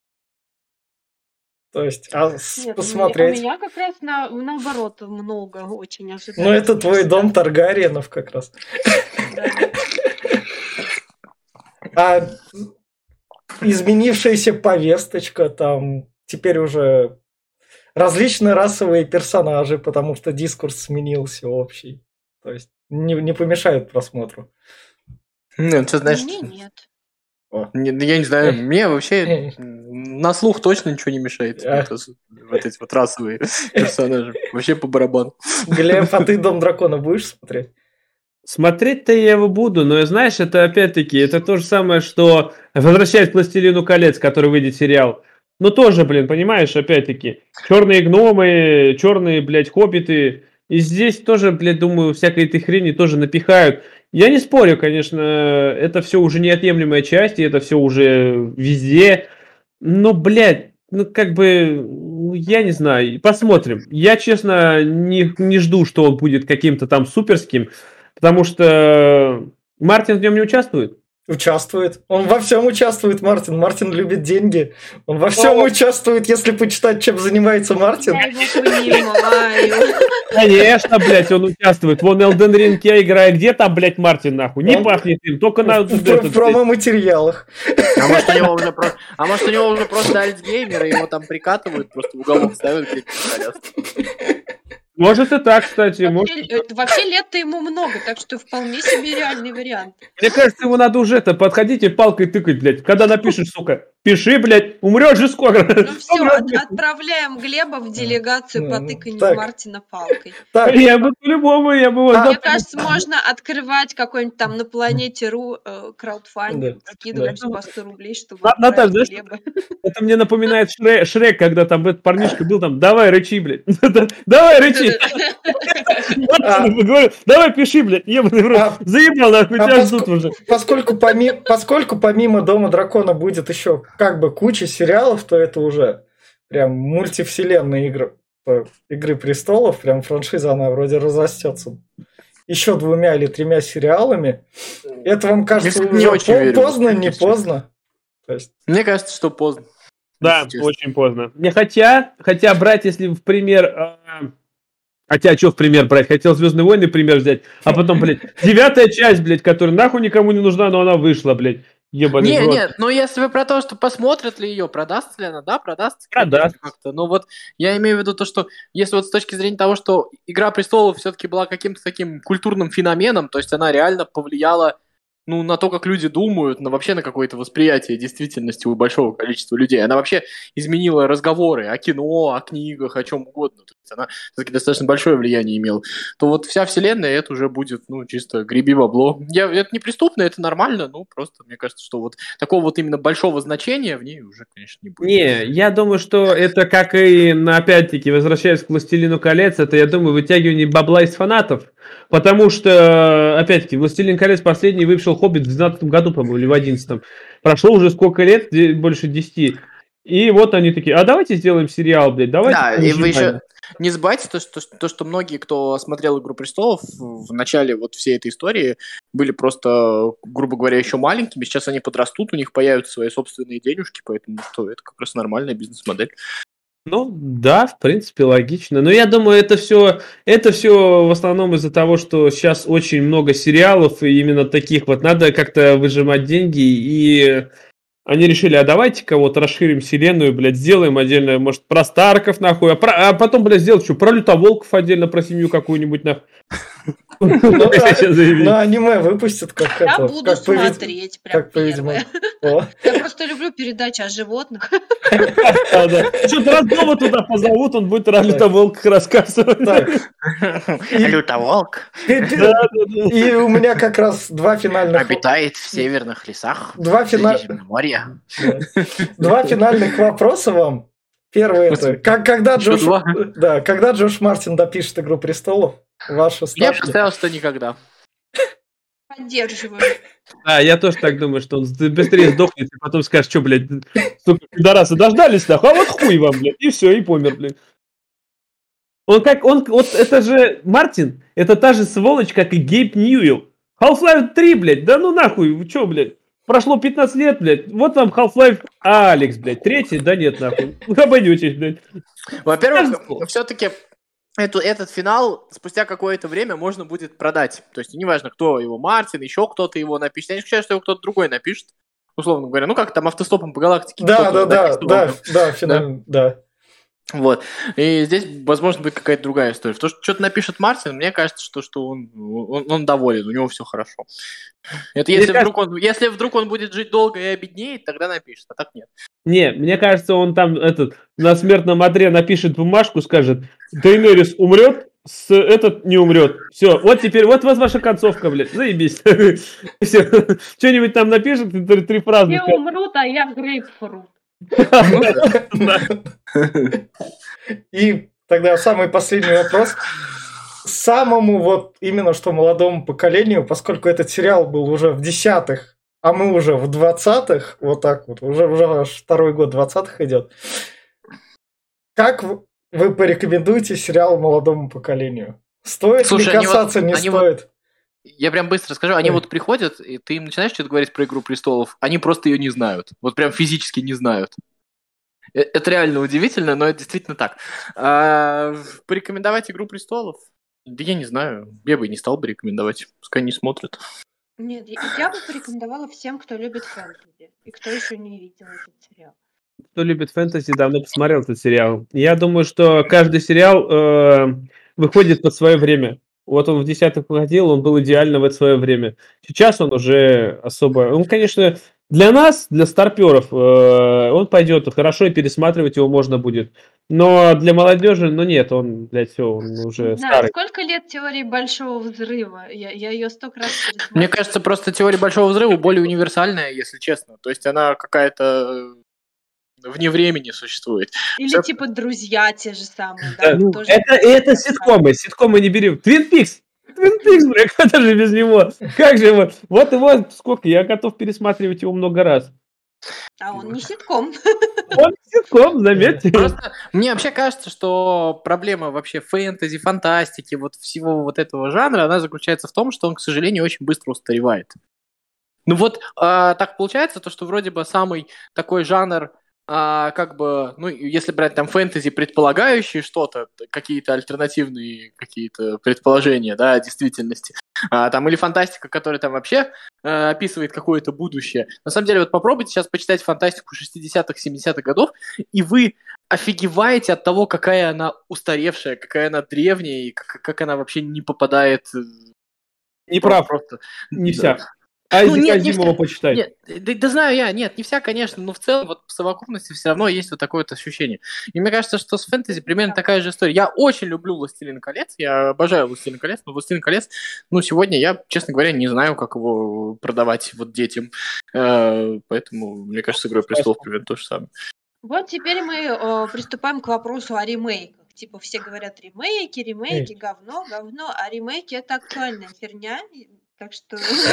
A: То есть,
B: Нет,
A: посмотреть.
B: у меня как раз наоборот много очень ожиданий.
A: Ну, это твой дом Таргариенов как раз. А изменившаяся повесточка, там теперь уже различные расовые персонажи, потому что дискурс сменился общий. То есть не помешает просмотру.
C: Нет, ты знаешь,
B: Мне нет.
C: я не знаю, мне вообще на слух точно ничего не мешает. Вот эти вот расовые персонажи. Вообще по барабану.
A: Глеб, а ты «Дом дракона» будешь смотреть?
D: Смотреть-то я его буду, но знаешь, это опять-таки, это то же самое, что возвращаясь к «Властелину колец», который выйдет сериал. Ну тоже, понимаешь, опять-таки, черные гномы, черные, блядь, хоббиты. И здесь тоже, блядь, думаю, всякой этой хрени тоже напихают. Я не спорю, конечно, это все уже неотъемлемая часть, и это все уже везде. Но, блядь, я не знаю, посмотрим. Я, честно, не жду, что он будет каким-то там суперским, потому что Мартин в нем не участвует.
A: Участвует. Он во всем участвует, Мартин. Мартин любит деньги. Он во всем участвует, если почитать, чем занимается Мартин.
B: Я его понимаю.
D: Конечно, блядь, он участвует. Вон Elden Ring я играю. Где там, блядь, Мартин, нахуй? Не пахнет им, только на...
A: В промо-материалах.
C: А может, у него уже просто альцгеймер, и его там прикатывают, просто в уголок ставят где-то на коляске.
D: Может и так, кстати.
B: Вообще лет-то ему много, так что вполне себе реальный вариант.
D: Мне кажется, ему надо уже подходить и палкой тыкать, блядь. Когда напишешь, сука, пиши, блядь, умрешь же скоро.
B: Ну все, отправляем Глеба в делегацию по тыканью Мартина палкой.
D: Я бы по-любому,
B: Мне кажется, можно открывать какой-нибудь там на планете.ру краудфандинг, скидывать по 100 рублей, чтобы
D: Наталья, знаешь,
B: Глеба.
D: это мне напоминает Шрек, когда там этот парнишка был там, давай рычи, блядь. Давай рычи. Давай пиши, блядь. Ебаный в рот. Заебал, нахуй, тебя ждут уже.
A: Поскольку помимо Дома дракона будет еще как бы куча сериалов, то это уже прям мультивселенная Игры престолов, прям франшиза, она вроде разрастется еще 2 или 3 сериалами. Это вам кажется уже поздно, не поздно?
C: Мне кажется, что поздно.
D: Да, очень поздно. Хотя брать, если в пример... Хотя, что в пример брать? Хотел «Звездные войны» пример взять, а потом, блядь, 9-я часть, блядь, которая нахуй никому не нужна, но она вышла, блядь. Ебаный рот.
C: Нет, ну если вы про то, что посмотрят ли ее, продастся ли она, да, продастся.
D: Продастся.
C: Как-то. Но вот я имею в виду то, что если вот с точки зрения того, что «Игра престолов» все-таки была каким-то таким культурным феноменом, то есть она реально повлияла на то, как люди думают, вообще на какое-то восприятие действительности у большого количества людей. Она вообще изменила разговоры о кино, о книгах, о чем угодно. То есть она все-таки достаточно большое влияние имела. То вот вся вселенная, это уже будет, чисто греби бабло. Это не преступно, это нормально, просто мне кажется, что вот такого вот именно большого значения в ней уже, конечно, не будет.
D: Не, я думаю, что это как и, опять-таки, возвращаясь к «Властелину колец», это, я думаю, вытягивание бабла из фанатов. Потому что, опять-таки, «Властелин колец» последний выпустил «Хоббит» в 2012 году, по-моему, или в 2011. Прошло уже сколько лет, больше 10. И вот они такие, а давайте сделаем сериал, блядь, давайте.
C: Да, и вы еще не забывайте что многие, кто смотрел «Игру престолов», в начале вот всей этой истории были просто, грубо говоря, еще маленькими. Сейчас они подрастут, у них появятся свои собственные денежки, поэтому это как раз нормальная бизнес-модель.
D: Ну, да, в принципе, логично. Но я думаю, это все в основном из-за того, что сейчас очень много сериалов, и именно таких вот надо как-то выжимать деньги, и они решили, а давайте-ка вот расширим вселенную, блядь, сделаем отдельно, может, про Старков, нахуй, а потом, блядь, сделать что, про Лютоволков отдельно, про семью какую-нибудь, нахуй.
A: На аниме выпустят как это.
B: Я буду смотреть прям первое. Я просто люблю передачи о животных.
D: Что-то Роднова туда позовут, он будет о Лютоволках рассказывать.
C: Лютоволк?
A: И у меня как раз 2 финальных...
C: Обитает в северных лесах.
A: 2 финальных... 2 финальных вопроса вам. Первый это. Когда
C: Еще
A: Джош...
C: два.
A: Да, когда Джош Мартин допишет «Игру престолов», ваши
C: Я
A: ставки.
C: представил, что никогда.
B: Поддерживаю.
D: А, я тоже так думаю, что он быстрее сдохнет, и потом скажет, что, блядь, сука, пидорасы дождались, нахуй, а вот хуй вам, блядь, и все, и помер, блядь. Вот это же, Мартин, это та же сволочь, как и Гейб Ньюэлл. Half-Life 3, блядь, да ну нахуй, вы чё, блядь, прошло 15 лет, блядь, вот вам Half-Life Алекс, блядь, третий, да нет, нахуй, вы обойдетесь, блядь.
C: Во-первых, все-таки этот финал спустя какое-то время можно будет продать. То есть неважно, кто его, Мартин, еще кто-то его напишет. Я не исключаю, что его кто-то другой напишет, условно говоря. Ну, как там автостопом по галактике.
A: Да, финально, да.
C: Вот. И здесь, возможно, будет какая-то другая история. То, что что-то напишет Мартин, мне кажется, что он доволен, у него все хорошо. Это если вдруг он будет жить долго и обеднеет, тогда напишет, а так нет.
D: Не, мне кажется, он там на смертном одре напишет бумажку, скажет, Дейнерис умрет, этот не умрет. Все, вот теперь, вот ваша концовка, блядь, заебись. Все, что-нибудь там напишет, 3 фразы.
B: Все умрут, а я грейпфрут.
A: И тогда самый последний вопрос. Самому вот именно что молодому поколению, поскольку этот сериал был уже в 10-х, а мы уже в 20-х, вот так вот, уже аж второй год 20-х идет. Как вы порекомендуете сериал молодому поколению? Стоит ли касаться, не стоит?
C: Я прям быстро скажу, они вот приходят, и ты им начинаешь что-то говорить про «Игру престолов», они просто ее не знают. Вот прям физически не знают. Это реально удивительно, но это действительно так. Порекомендовать «Игру престолов»? Да я не знаю. Я бы и не стал бы рекомендовать. Пускай не смотрят.
B: Нет, я бы порекомендовала всем, кто любит фэнтези, и кто еще не видел этот сериал.
D: Кто любит фэнтези, давно посмотрел этот сериал. Я думаю, что каждый сериал выходит под свое время. Вот он в 10-х выходил, он был идеально в это свое время. Сейчас он уже особо... Он, конечно, для нас, для старперов, он пойдет хорошо, и пересматривать его можно будет. Но для молодежи, ну нет, он, блядь, все, он уже старый.
B: Сколько лет теории Большого Взрыва? Я ее 100 раз пересматривала.
C: Мне кажется, просто теория Большого Взрыва более универсальная, если честно. То есть она какая-то... вне времени существует.
B: Или типа «Друзья» те же самые.
D: Да, ну, тоже это ситкомы не берем. Твин Пикс, блядь, это же без него. Как же его? Вот его сколько, я готов пересматривать его много раз.
B: А он не ситком.
D: Он ситком, заметьте.
C: Просто мне вообще кажется, что проблема вообще фэнтези, фантастики, вот всего вот этого жанра, она заключается в том, что он, к сожалению, очень быстро устаревает. Ну вот так получается, то, что вроде бы самый такой жанр, как бы, ну, если брать там фэнтези, предполагающие что-то, какие-то альтернативные какие-то предположения, да, о действительности, там, или фантастика, которая там вообще описывает какое-то будущее. На самом деле, вот попробуйте сейчас почитать фантастику 60-х, 70-х годов, и вы офигеваете от того, какая она устаревшая, какая она древняя, и как она вообще не попадает...
D: Не прав, просто не вся. Айзека Азимова почитай.
C: Нет, да знаю я, нет, не вся, конечно, но в целом вот по совокупности все равно есть вот такое вот ощущение. И мне кажется, что с фэнтези примерно такая же история. Я очень люблю «Властелин колец», я обожаю «Властелин колец», но «Властелин колец», ну, сегодня я, честно говоря, не знаю, как его продавать вот детям. Поэтому, мне кажется, с «Игрой престолов» примерно то же самое.
B: Вот теперь мы приступаем к вопросу о ремейках. Типа все говорят ремейки, говно, а ремейки — это актуальная херня, так что...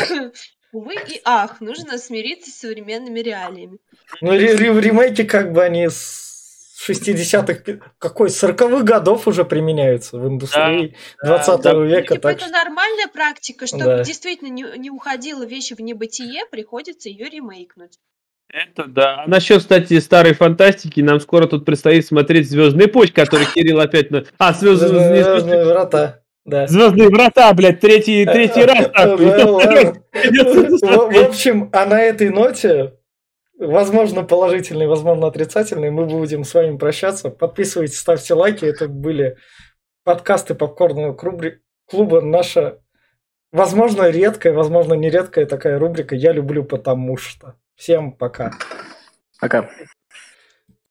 B: Увы и ах, нужно смириться с современными реалиями.
A: Ну, ремейки как бы они с 60-х, 40-х годов уже применяются в индустрии 20 века.
B: Типа это нормальная практика, чтобы действительно не уходила вещь в небытие, приходится ее ремейкнуть.
D: Это да. А насчет, кстати, старой фантастики, нам скоро тут предстоит смотреть «Звездный путь», который Кирилл опять...
A: «Звездные врата». Да.
D: «Звездные врата», блядь, третий раз.
A: В общем, а на этой ноте, возможно, положительной, возможно, отрицательной, мы будем с вами прощаться. Подписывайтесь, ставьте лайки. Это были подкасты Попкорного клуба. Наша, возможно, редкая, возможно, нередкая такая рубрика «Я люблю потому что». Всем пока.
C: Пока.